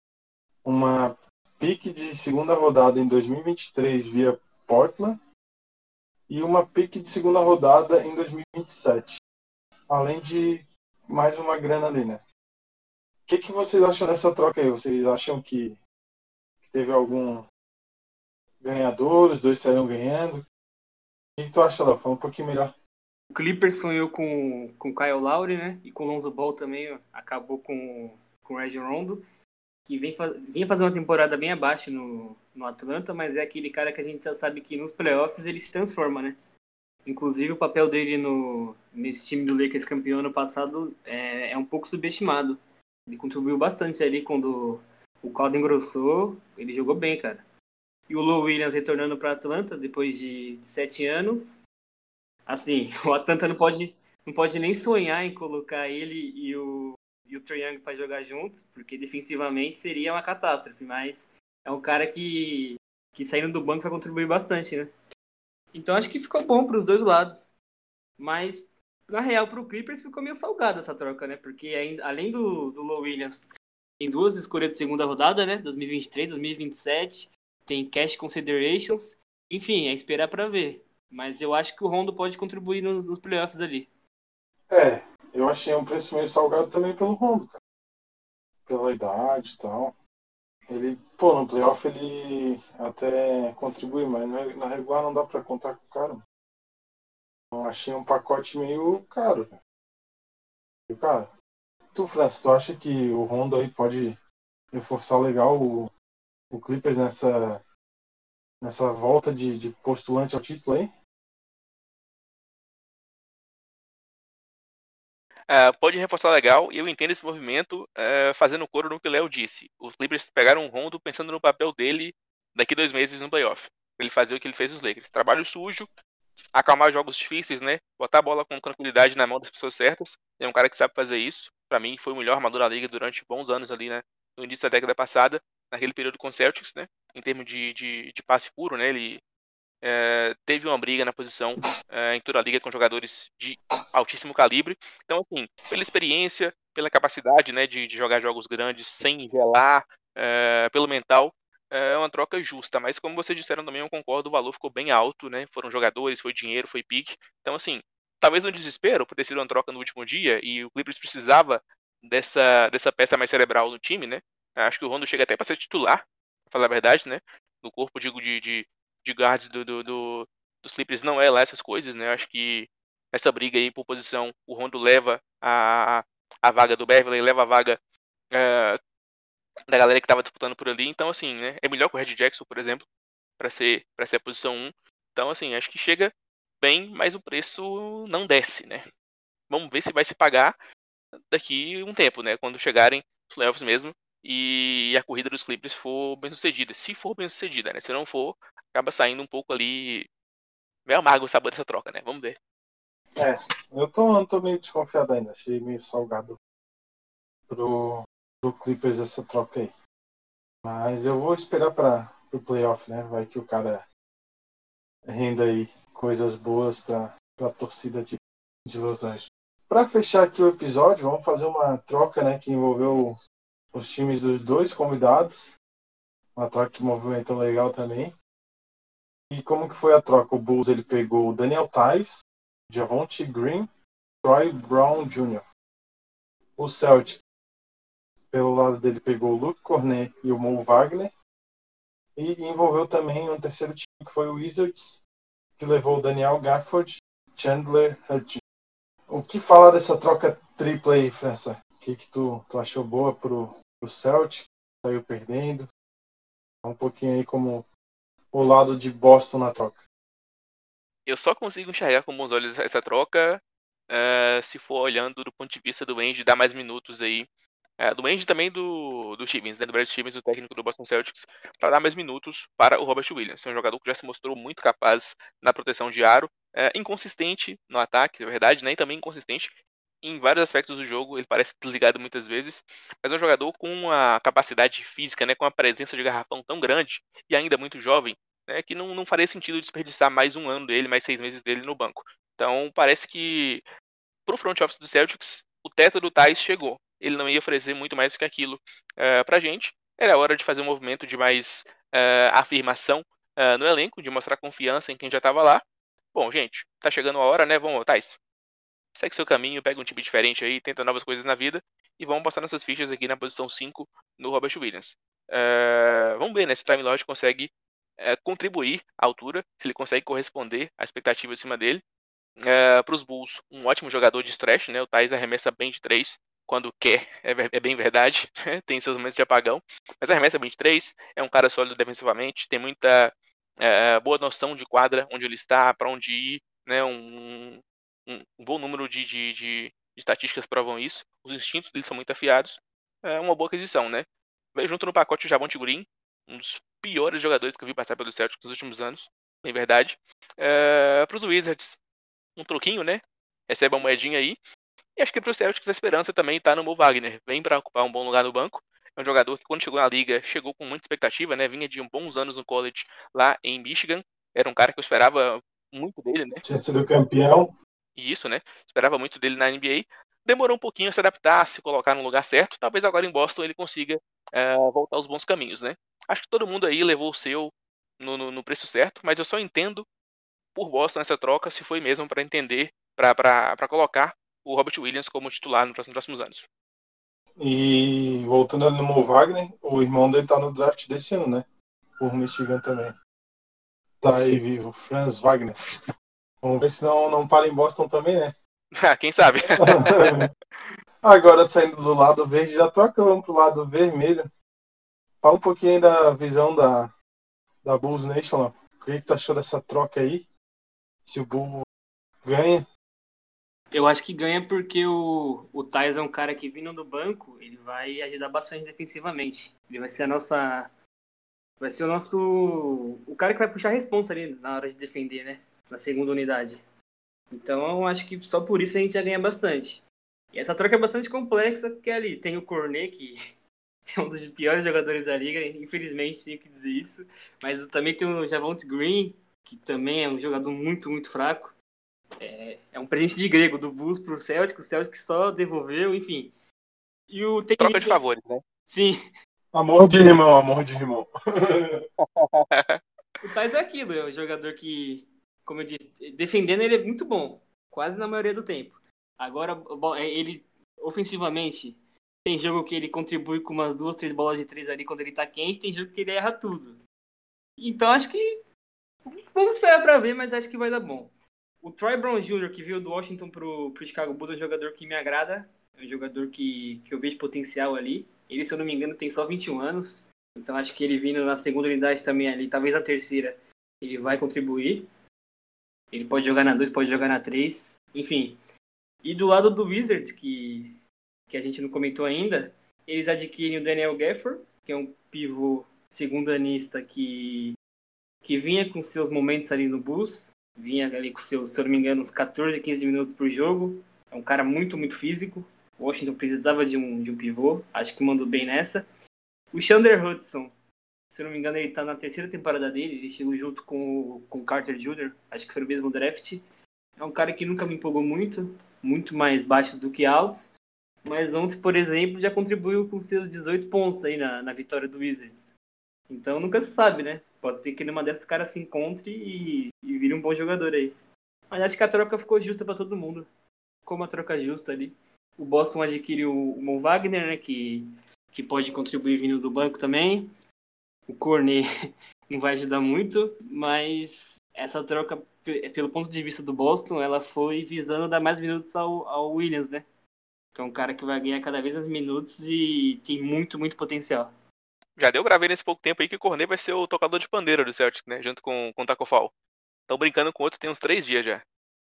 S3: uma pique de segunda rodada em dois mil e vinte e três via Portland e uma pique de segunda rodada em dois mil e vinte e sete. Além de mais uma grana ali, né? O que, que vocês acham dessa troca aí? Vocês acham que, que teve algum ganhador? Os dois saíram ganhando? O que, que tu acha, Léo? Fala um pouquinho melhor.
S4: O Clippers sonhou com o Kyle Lowry, né? E com o Lonzo Ball também, ó, acabou com, com o Rajon Rondo, que vem, vinha fazer uma temporada bem abaixo no, no Atlanta, mas é aquele cara que a gente já sabe que nos playoffs ele se transforma, né? Inclusive o papel dele no, nesse time do Lakers campeão ano passado é, é um pouco subestimado. Ele contribuiu bastante ali quando o caldo engrossou, ele jogou bem, cara. E o Lou Williams retornando para Atlanta depois de, de sete anos. Assim, o Atlanta não pode, não pode nem sonhar em colocar ele e o, e o Trae Young para jogar juntos, porque defensivamente seria uma catástrofe, mas é um cara que, que saindo do banco vai contribuir bastante, né? Então acho que ficou bom para os dois lados. Mas, na real, para o Clippers ficou meio salgada essa troca, né? Porque ainda, além do, do Lou Williams, tem duas escolhas de segunda rodada, né? dois mil e vinte e três, dois mil e vinte e sete. Tem cash considerations. Enfim, é esperar para ver. Mas eu acho que o Rondo pode contribuir nos, nos playoffs ali.
S3: É, eu achei um preço meio salgado também pelo Rondo, cara. Pela idade e tal. Ele, pô, no playoff ele até contribui, mas na regular não dá pra contar com o cara. Então achei um pacote meio caro, cara. Meio caro. Tu, Francis, tu acha que o Rondo aí pode reforçar legal o, o Clippers nessa, nessa volta de, de postulante ao título aí?
S5: Uh, pode reforçar legal, e eu entendo esse movimento uh, fazendo coro no que o Léo disse. Os Clippers pegaram um Rondo pensando no papel dele daqui dois meses no playoff. Ele fazer o que ele fez nos Lakers. Trabalho sujo, acalmar jogos difíceis, né? Botar a bola com tranquilidade na mão das pessoas certas. É um cara que sabe fazer isso. Pra mim, foi o melhor armador da liga durante bons anos ali, né? No início da década passada, naquele período com o Celtics, né? Em termos de, de, de passe puro, né? Ele é, teve uma briga na posição é, em toda a liga com jogadores de altíssimo calibre. Então, assim, pela experiência, pela capacidade, né, de, de jogar jogos grandes sem gelar, é, pelo mental, é uma troca justa. Mas, como vocês disseram também, eu concordo, o valor ficou bem alto, né? Foram jogadores, foi dinheiro, foi pique. Então, assim, talvez no desespero, por ter sido uma troca no último dia, e o Clippers precisava dessa, dessa peça mais cerebral no time, né? Acho que o Rondo chega até para ser titular, pra falar a verdade, né? No corpo, digo, de, de, de guards do, do, do, dos Clippers não é lá essas coisas, né? Acho que essa briga aí por posição, o Rondo leva a, a vaga do Beverley, leva a vaga é, da galera que estava disputando por ali. Então, assim, né? É melhor que o Red Jackson, por exemplo, para ser, para ser a posição um. Então, assim, acho que chega bem, mas o preço não desce, né? Vamos ver se vai se pagar daqui um tempo, né? Quando chegarem os playoffs mesmo e a corrida dos Clippers for bem sucedida. Se for bem sucedida, né? Se não for, acaba saindo um pouco ali meio amargo o sabor dessa troca, né? Vamos ver.
S3: É, eu tô, eu tô meio desconfiado ainda. Achei meio salgado pro, pro do Clippers essa troca aí. Mas eu vou esperar para o playoff, né? Vai que o cara renda aí coisas boas para a torcida de, de Los Angeles. Para fechar aqui o episódio, vamos fazer uma troca, né, que envolveu os times dos dois convidados. Uma troca que movimentou legal também. E como que foi a troca? O Bulls ele pegou o Daniel Theis, Javonte Green, Troy Brown Júnior O Celtic, pelo lado dele, pegou o Luke Cornet e o Mo Wagner. E envolveu também um terceiro time, que foi o Wizards, que levou o Daniel Gafford, Chandler Hutchins. O que falar dessa troca tripla aí, França? O que, que tu, tu achou boa pro, pro Celtic? Saiu perdendo? Um pouquinho aí como o lado de Boston na troca.
S5: Eu só consigo enxergar com bons olhos essa troca uh, se for olhando do ponto de vista do Ainge dar mais minutos aí. Uh, do Ainge também do, do Stevens, né, do Brad Stevens, o técnico do Boston Celtics, para dar mais minutos para o Robert Williams. É um jogador que já se mostrou muito capaz na proteção de aro, uh, inconsistente no ataque, é verdade, né, e também inconsistente em vários aspectos do jogo. Ele parece desligado muitas vezes, mas é um jogador com uma capacidade física, né, com uma presença de garrafão tão grande e ainda muito jovem, né, que não, não faria sentido desperdiçar mais um ano dele, mais seis meses dele no banco. Então parece que para o front office do Celtics, o teto do Theis chegou. Ele não ia oferecer muito mais que aquilo uh, pra gente. Era hora de fazer um movimento de mais uh, afirmação uh, no elenco, de mostrar confiança em quem já estava lá. Bom, gente, tá chegando a hora, né? Vamos, Theis, segue seu caminho, pega um time diferente aí, tenta novas coisas na vida e vamos passar nossas fichas aqui na posição cinco no Robert Williams. Uh, vamos ver, né, se o Time Lord consegue uh, contribuir à altura, se ele consegue corresponder à expectativa acima dele. Uh, para os Bulls, um ótimo jogador de stretch, né? O Theis arremessa bem de três quando quer, é, é bem verdade. Tem seus momentos de apagão, mas arremessa bem de três, é um cara sólido defensivamente, tem muita uh, boa noção de quadra, onde ele está, para onde ir, né? Um, um, um bom número de, de, de, de estatísticas provam isso. Os instintos dele são muito afiados. É uma boa aquisição, né? Veio junto no pacote o Javonte Green, um dos piores jogadores que eu vi passar pelo Celtics nos últimos anos, bem verdade. Uh, para os Wizards, um troquinho, né? Recebe uma moedinha aí. E acho que pro Celtics a esperança também tá no Mo Wagner. Vem para ocupar um bom lugar no banco. É um jogador que quando chegou na liga, chegou com muita expectativa, né? Vinha de bons anos no college lá em Michigan. Era um cara que eu esperava muito dele, né?
S3: Tinha sido campeão.
S5: E isso, né? Esperava muito dele na N B A. Demorou um pouquinho a se adaptar, a se colocar no lugar certo. Talvez agora em Boston ele consiga uh, voltar aos bons caminhos, né? Acho que todo mundo aí levou o seu no, no, no preço certo, mas eu só entendo por Boston essa troca se foi mesmo para entender, para colocar o Robert Williams como titular nos próximos, próximos anos.
S3: E voltando ali no Mo Wagner, o irmão dele tá no draft desse ano, né? Por Michigan também. Tá aí vivo, Franz Wagner. Vamos ver se não, não para em Boston também, né?
S5: Quem sabe?
S3: Agora, saindo do lado verde da troca, vamos pro lado vermelho. Fala um pouquinho aí da visão da, da Bulls Nation lá. O que, que tu achou dessa troca aí? Se o Bull ganha?
S4: Eu acho que ganha porque o, o Theis é um cara que, vindo do banco, ele vai ajudar bastante defensivamente. Ele vai ser a nossa... Vai ser o nosso... O cara que vai puxar a responsa ali na hora de defender, né? Na segunda unidade. Então, eu acho que só por isso a gente já ganha bastante. E essa troca é bastante complexa, porque ali tem o Cornet, que é um dos piores jogadores da liga, infelizmente tenho que dizer isso. Mas também tem o Javonte Green, que também é um jogador muito, muito fraco. É, é um presente de grego do Bulls pro Celtic, o Celtic só devolveu, enfim. E o tem
S5: Troca de favores, né?
S4: Sim.
S3: Amor de irmão, amor de irmão.
S4: O Theis é aquilo, é um jogador que, como eu disse, defendendo ele é muito bom, quase na maioria do tempo. Agora, ele, ofensivamente, tem jogo que ele contribui com umas duas, três bolas de três ali quando ele tá quente, tem jogo que ele erra tudo. Então, acho que vamos esperar pra ver, mas acho que vai dar bom. O Troy Brown Júnior, que veio do Washington pro, pro Chicago Bulls, é um jogador que me agrada. É um jogador que, que eu vejo potencial ali. Ele, se eu não me engano, tem só vinte e um anos. Então acho que ele vindo na segunda unidade também ali, talvez na terceira, ele vai contribuir. Ele pode jogar na dois, pode jogar na três. Enfim. E do lado do Wizards, que, que a gente não comentou ainda, eles adquirem o Daniel Gafford, que é um pivô segundanista que, que vinha com seus momentos ali no Bulls. Vinha ali com seus, se eu não me engano, uns catorze, quinze minutos por jogo. É um cara muito, muito físico. O Washington precisava de um, de um pivô, acho que mandou bem nessa. O Chandler Hudson, se não me engano, ele tá na terceira temporada dele, ele chegou junto com, com o Carter Júnior, acho que foi o mesmo draft. É um cara que nunca me empolgou muito, muito mais baixos do que altos, mas ontem, por exemplo, já contribuiu com seus dezoito pontos aí na, na vitória do Wizards. Então nunca se sabe, né? Pode ser que numa dessas caras se encontre e, e vire um bom jogador aí. Mas acho que a troca ficou justa pra todo mundo. Ficou uma troca justa ali. O Boston adquire o, o Mo Wagner, né? Que, que pode contribuir vindo do banco também. O Cornet não vai ajudar muito, mas essa troca, pelo ponto de vista do Boston, ela foi visando dar mais minutos ao, ao Williams, né? Que é um cara que vai ganhar cada vez mais minutos e tem muito, muito potencial.
S5: Já deu pra ver nesse pouco tempo aí que o Cornet vai ser o tocador de pandeira do Celtic, né? Junto com, com o Taco Fall. Estão brincando com outro tem uns três dias já.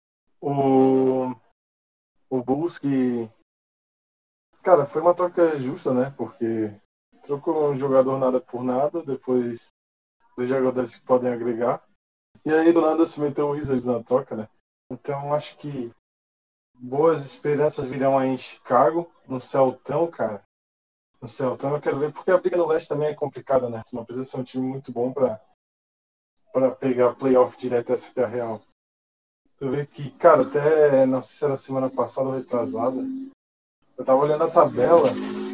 S3: O, o Bulls que... Cara, foi uma troca justa, né? Porque trocou um jogador nada por nada, depois dois jogadores que podem agregar. E aí do nada se meteu o Wizards na troca, né? Então acho que boas esperanças virão aí em Chicago, no Celtão, cara. No Celtão eu quero ver, porque a briga no leste também é complicada, né? Não precisa ser um time muito bom pra, pra pegar playoff direto, essa que é a real. Tu vê que, cara, até, não sei se era semana passada ou retrasada, eu tava olhando a tabela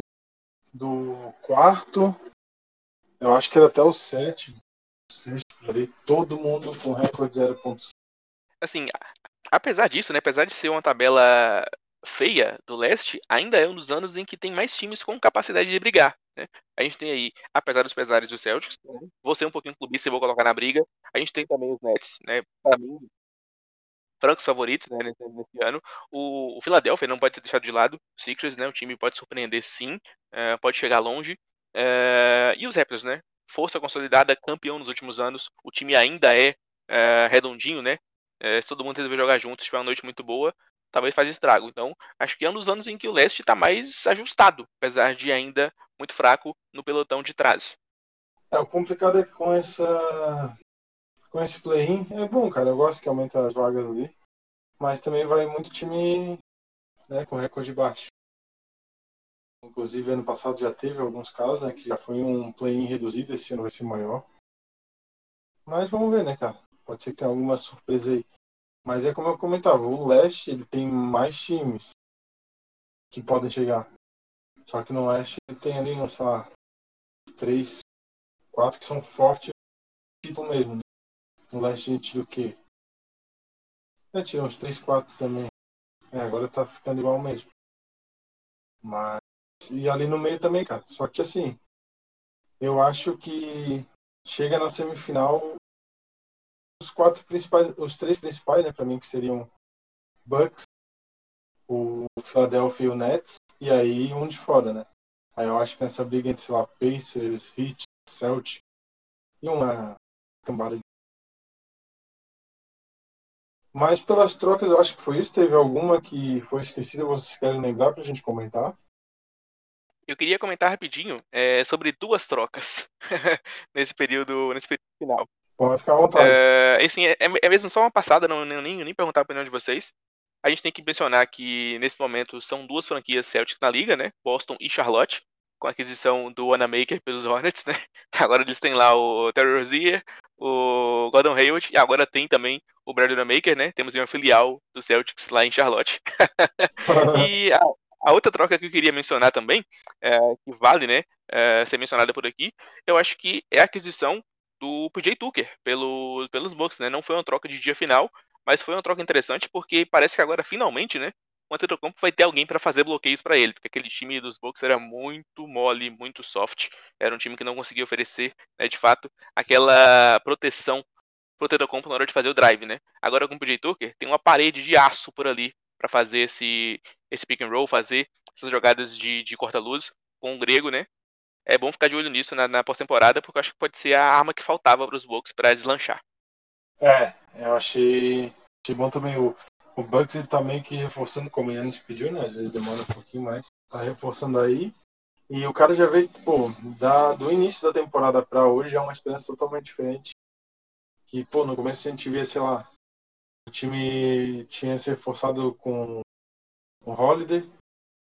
S3: do quarto, eu acho que era até o sétimo, sexto, ali, todo mundo com recorde zero ponto cinco.
S5: Assim, apesar disso, né? Apesar de ser uma tabela feia do leste, ainda é um dos anos em que tem mais times com capacidade de brigar, né? A gente tem aí, apesar dos pesares dos Celtics, vou ser um pouquinho clubista e vou colocar na briga, a gente tem também os Nets, né? Pra mim, francos favoritos, né, nesse, nesse ano. O, o Philadelphia não pode ser deixado de lado. O Sixers, né, o time pode surpreender sim, uh, pode chegar longe. Uh, e os Raptors, né? Força consolidada, campeão nos últimos anos. O time ainda é uh, redondinho, né? Uh, se todo mundo resolver jogar junto, se tiver uma noite muito boa, talvez faz estrago. Então, acho que é um dos anos em que o leste está mais ajustado, apesar de ainda muito fraco no pelotão de trás.
S3: É, o complicado é que com essa... com esse play-in, é bom, cara. Eu gosto que aumenta as vagas ali. Mas também vai muito time, né, com recorde baixo. Inclusive, ano passado já teve alguns casos, né, que já foi um play-in reduzido. Esse ano vai ser maior. Mas vamos ver, né, cara. Pode ser que tenha alguma surpresa aí. Mas é como eu comentava, o leste ele tem mais times que podem chegar. Só que no leste ele tem ali, sei lá, três, quatro que são fortes título mesmo. Né? No leste a gente tira o quê? Já tirou uns três, quatro também. É, agora tá ficando igual mesmo. Mas. E ali no meio também, cara. Só que assim, eu acho que chega na semifinal os quatro principais, os três principais, né, pra mim, que seriam Bucks, o Philadelphia e o Nets, e aí um de fora, né? Aí eu acho que nessa briga entre, sei lá, Pacers, Heat, Celtic e uma cambada de... Mas pelas trocas, eu acho que foi isso. Teve alguma que foi esquecida, vocês querem lembrar pra gente comentar?
S5: Eu queria comentar rapidinho é, sobre duas trocas nesse período, nesse período final.
S3: Pode ficar à vontade.
S5: É, assim, é, é mesmo só uma passada, não, nem, nem perguntar a opinião de vocês. A gente tem que mencionar que, nesse momento, são duas franquias Celtics na liga, né? Boston e Charlotte, com a aquisição do Wanamaker pelos Hornets, né? Agora eles têm lá o Terry Rozier, o Gordon Hayward, e agora tem também o Brad Wanamaker, né? Temos uma filial do Celtics lá em Charlotte. E a, a outra troca que eu queria mencionar também, é, que vale, né, é, ser mencionada por aqui, eu acho que é a aquisição do P J Tucker pelo, pelos Bucks, né? Não foi uma troca de dia final, mas foi uma troca interessante porque parece que agora, finalmente, né, o Antetokounmpo vai ter alguém para fazer bloqueios para ele, porque aquele time dos Bucks era muito mole, muito soft, era um time que não conseguia oferecer, né, de fato, aquela proteção pro Antetokounmpo na hora de fazer o drive, né? Agora com o P J Tucker, tem uma parede de aço por ali para fazer esse, esse pick and roll, fazer essas jogadas de, de corta-luz com o grego, né? É bom ficar de olho nisso na, na pós-temporada, porque eu acho que pode ser a arma que faltava para os Bucks para deslanchar.
S3: É, eu achei, achei bom também. O, o Bucks ele tá meio que reforçando, como o Yannis pediu, né? Às vezes demora um pouquinho mais. Tá reforçando aí. E o cara já veio, pô, da, do início da temporada pra hoje é uma experiência totalmente diferente. Que, pô, no começo a gente via, sei lá, o time tinha se reforçado com o Holiday.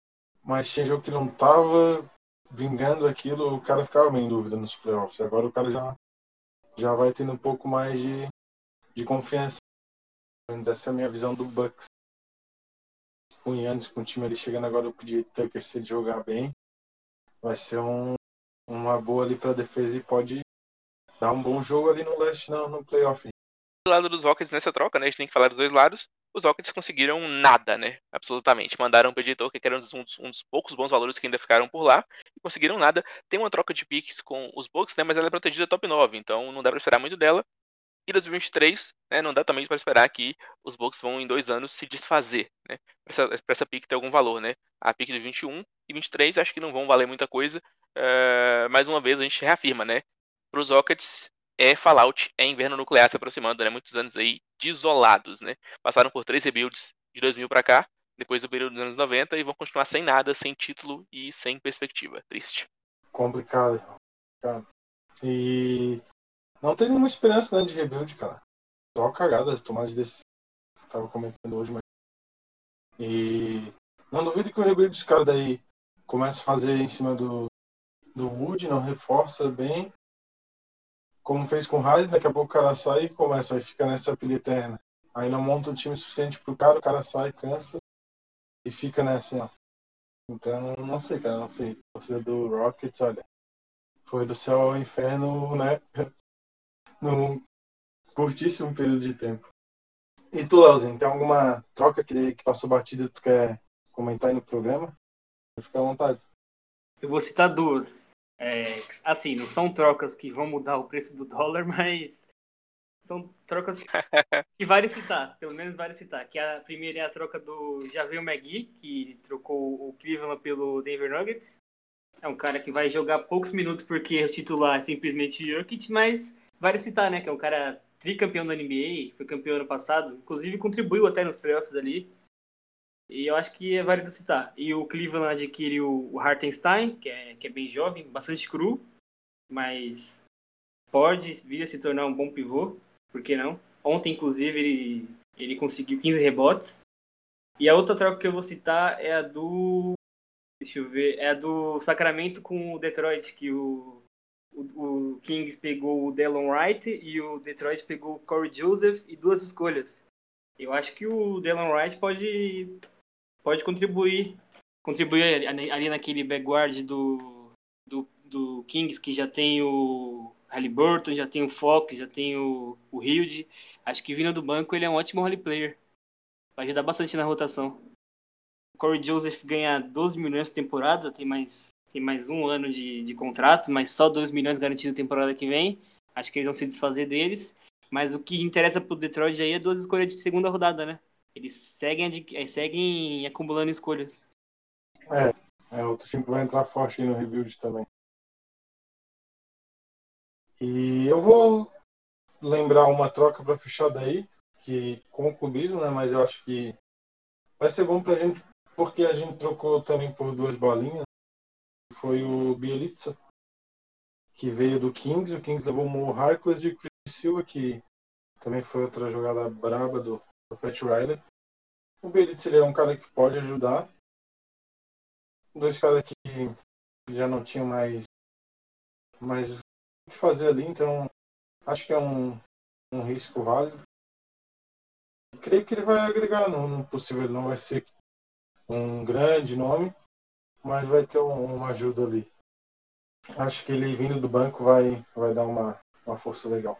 S3: mas tinha jogo que não tava vingando aquilo, o cara ficava meio em dúvida nos playoffs. Agora o cara já, já vai tendo um pouco mais de, de confiança. Essa é a minha visão do Bucks. Com o Giannis, com o time ali chegando agora, o P J Tucker, se ele jogar bem, vai ser um, uma boa ali pra defesa e pode dar um bom jogo ali no leste, não, no playoff.
S5: Do lado dos Rockets nessa troca, né? A gente tem que falar dos dois lados. Os Rockets conseguiram nada, né? Absolutamente. Mandaram o P J Tucker, que era um dos, um dos poucos bons valores que ainda ficaram por lá, e conseguiram nada. Tem uma troca de picks com os Bucks, né? Mas ela é protegida top nove, então não dá pra esperar muito dela. E dois mil e vinte e três, né? Não dá também para esperar que os Bucks vão em dois anos se desfazer, né? Pra essa, pra essa pick ter algum valor, né? A pick de vinte e um e vinte e três acho que não vão valer muita coisa. Uh, mais uma vez a gente reafirma, né? Para os Rockets é Fallout, é inverno nuclear se aproximando, né? Muitos anos aí desolados, né? Passaram por três rebuilds de dois mil para cá, depois do período dos anos noventa, e vão continuar sem nada, sem título e sem perspectiva. Triste.
S3: Complicado, cara. E não tem nenhuma esperança, né, de rebuild, cara. Só cagadas, tomadas de decisão. Tava comentando hoje, mas... E não duvido que o rebuild dos caras daí comece a fazer em cima do, do Wood, não reforça bem. Como fez com o Harden, daqui a pouco o cara sai e começa, aí fica nessa pilha eterna. Aí não monta um time suficiente pro cara, o cara sai, cansa e fica nessa, ó. Então, não sei, cara, não sei. Torcida do Rockets, olha, foi do céu ao inferno, né? Num curtíssimo período de tempo. E tu, Leozinho, tem alguma troca que, que passou batida que tu quer comentar aí no programa? Fica à vontade.
S4: Eu vou citar duas. É, assim, não são trocas que vão mudar o preço do dólar, mas são trocas que, que vale citar, pelo menos vale citar. Que a primeira é a troca do Javel McGee, que trocou o Cleveland pelo Denver Nuggets. É um cara que vai jogar poucos minutos porque o titular é simplesmente Jokic, mas vale citar, né? Que é um cara tricampeão da N B A, foi campeão ano passado, inclusive contribuiu até nos playoffs ali. E eu acho que é válido citar. E o Cleveland adquiriu o Hartenstein, que é, que é bem jovem, bastante cru, mas pode vir a se tornar um bom pivô, por que não? Ontem, inclusive, ele, ele conseguiu quinze rebotes. E a outra troca que eu vou citar é a do... Deixa eu ver. É a do Sacramento com o Detroit, que o, o, o Kings pegou o Delon Wright e o Detroit pegou o Corey Joseph e duas escolhas. Eu acho que o Delon Wright pode... pode contribuir, contribuir ali naquele backguard do, do, do Kings, que já tem o Haliburton, já tem o Fox, já tem o, o Hield. Acho que vindo do banco ele é um ótimo role player. Vai ajudar bastante na rotação. O Corey Joseph ganha doze milhões por temporada, tem mais, tem mais um ano de, de contrato, mas só dois milhões garantido na temporada que vem. Acho que eles vão se desfazer deles. Mas o que interessa pro Detroit aí é duas escolhas de segunda rodada, né? Eles seguem, seguem acumulando escolhas.
S3: É, é outro time que vai entrar forte aí no rebuild também. E eu vou lembrar uma troca para fechar daí, que com o clubismo, né? Mas eu acho que vai ser bom pra gente, porque a gente trocou também por duas bolinhas. Foi o Bjelica, que veio do Kings. O Kings levou o Mo Harkless e o Chris Silva, que também foi outra jogada braba do o Pat Riley. O Bjelica, ele é um cara que pode ajudar. Dois caras que já não tinham mais, mais o que fazer ali, então acho que é um, um risco válido. Creio que ele vai agregar, não, não possível, ele não vai ser um grande nome, mas vai ter um, uma ajuda ali. Acho que ele vindo do banco vai, vai dar uma, uma força legal.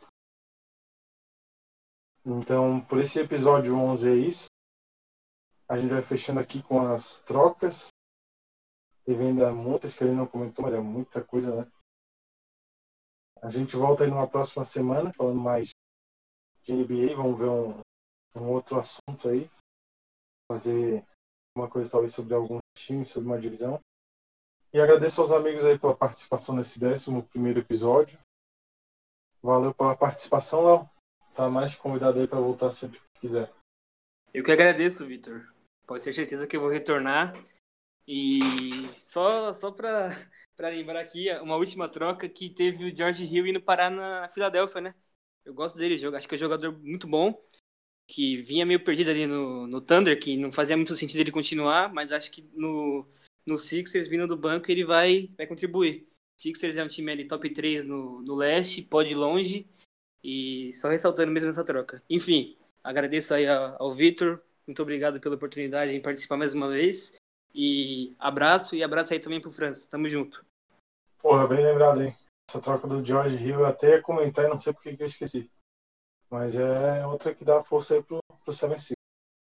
S3: Então, por esse episódio onze é isso. A gente vai fechando aqui com as trocas. Teve ainda muitas que ele não comentou, mas é muita coisa, né? A gente volta aí numa próxima semana, falando mais de N B A. Vamos ver um, um outro assunto aí. Fazer uma coisa talvez sobre algum time, sobre uma divisão. E agradeço aos amigos aí pela participação nesse décimo primeiro episódio. Valeu pela participação, Léo. Tá mais convidado aí para voltar sempre que quiser.
S4: Eu que agradeço, Vitor. Pode ter certeza que eu vou retornar. E só, só para lembrar aqui, uma última troca que teve o George Hill indo parar na Filadélfia, né? Eu gosto dele, acho que é um jogador muito bom, que vinha meio perdido ali no, no Thunder, que não fazia muito sentido ele continuar, mas acho que no, no Sixers, vindo do banco, ele vai, vai contribuir. O Sixers é um time ali top três no, no leste, pode ir longe, e só ressaltando mesmo essa troca. Enfim, agradeço aí ao, ao Vitor, muito obrigado pela oportunidade de participar mais uma vez, e abraço, e abraço aí também pro França, tamo junto.
S3: Porra, bem lembrado, hein? Essa troca do George Hill eu até ia comentar e não sei porque que eu esqueci. Mas é outra que dá força aí pro, pro Seven Sixers.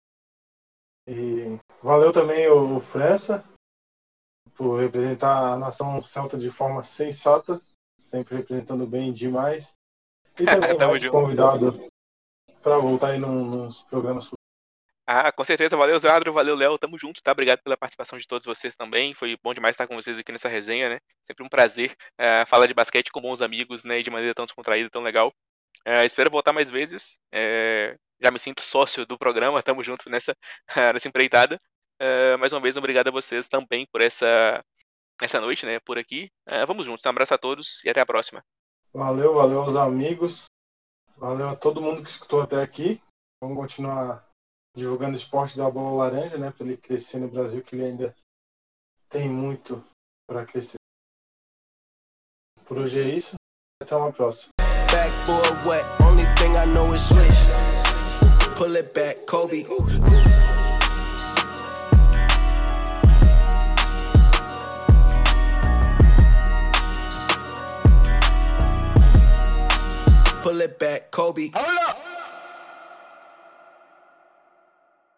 S3: E valeu também o França por representar a nação celta de forma sensata, sempre representando bem demais. E também mais convidado para voltar aí num, nos programas futuros.
S5: Ah, com certeza. Valeu, Zadro. Valeu, Léo. Tamo junto, tá? Obrigado pela participação de todos vocês também. Foi bom demais estar com vocês aqui nessa resenha, né? Sempre um prazer uh, falar de basquete com bons amigos, né? E de maneira tão descontraída, tão legal. Uh, espero voltar mais vezes. Uh, já me sinto sócio do programa. Tamo junto nessa, uh, nessa empreitada. Uh, mais uma vez, obrigado a vocês também por essa, essa noite, né? Por aqui. Uh, vamos juntos. Um abraço a todos e até a próxima.
S3: Valeu, valeu aos amigos. Valeu a todo mundo que escutou até aqui. Vamos continuar divulgando o esporte da bola laranja, né, para ele crescer no Brasil, que ele ainda tem muito para crescer. Por hoje é isso. Até uma próxima. Backboard wet, only thing I know is swish. Pull it back, Kobe. Pull it back, Kobe. Hold up.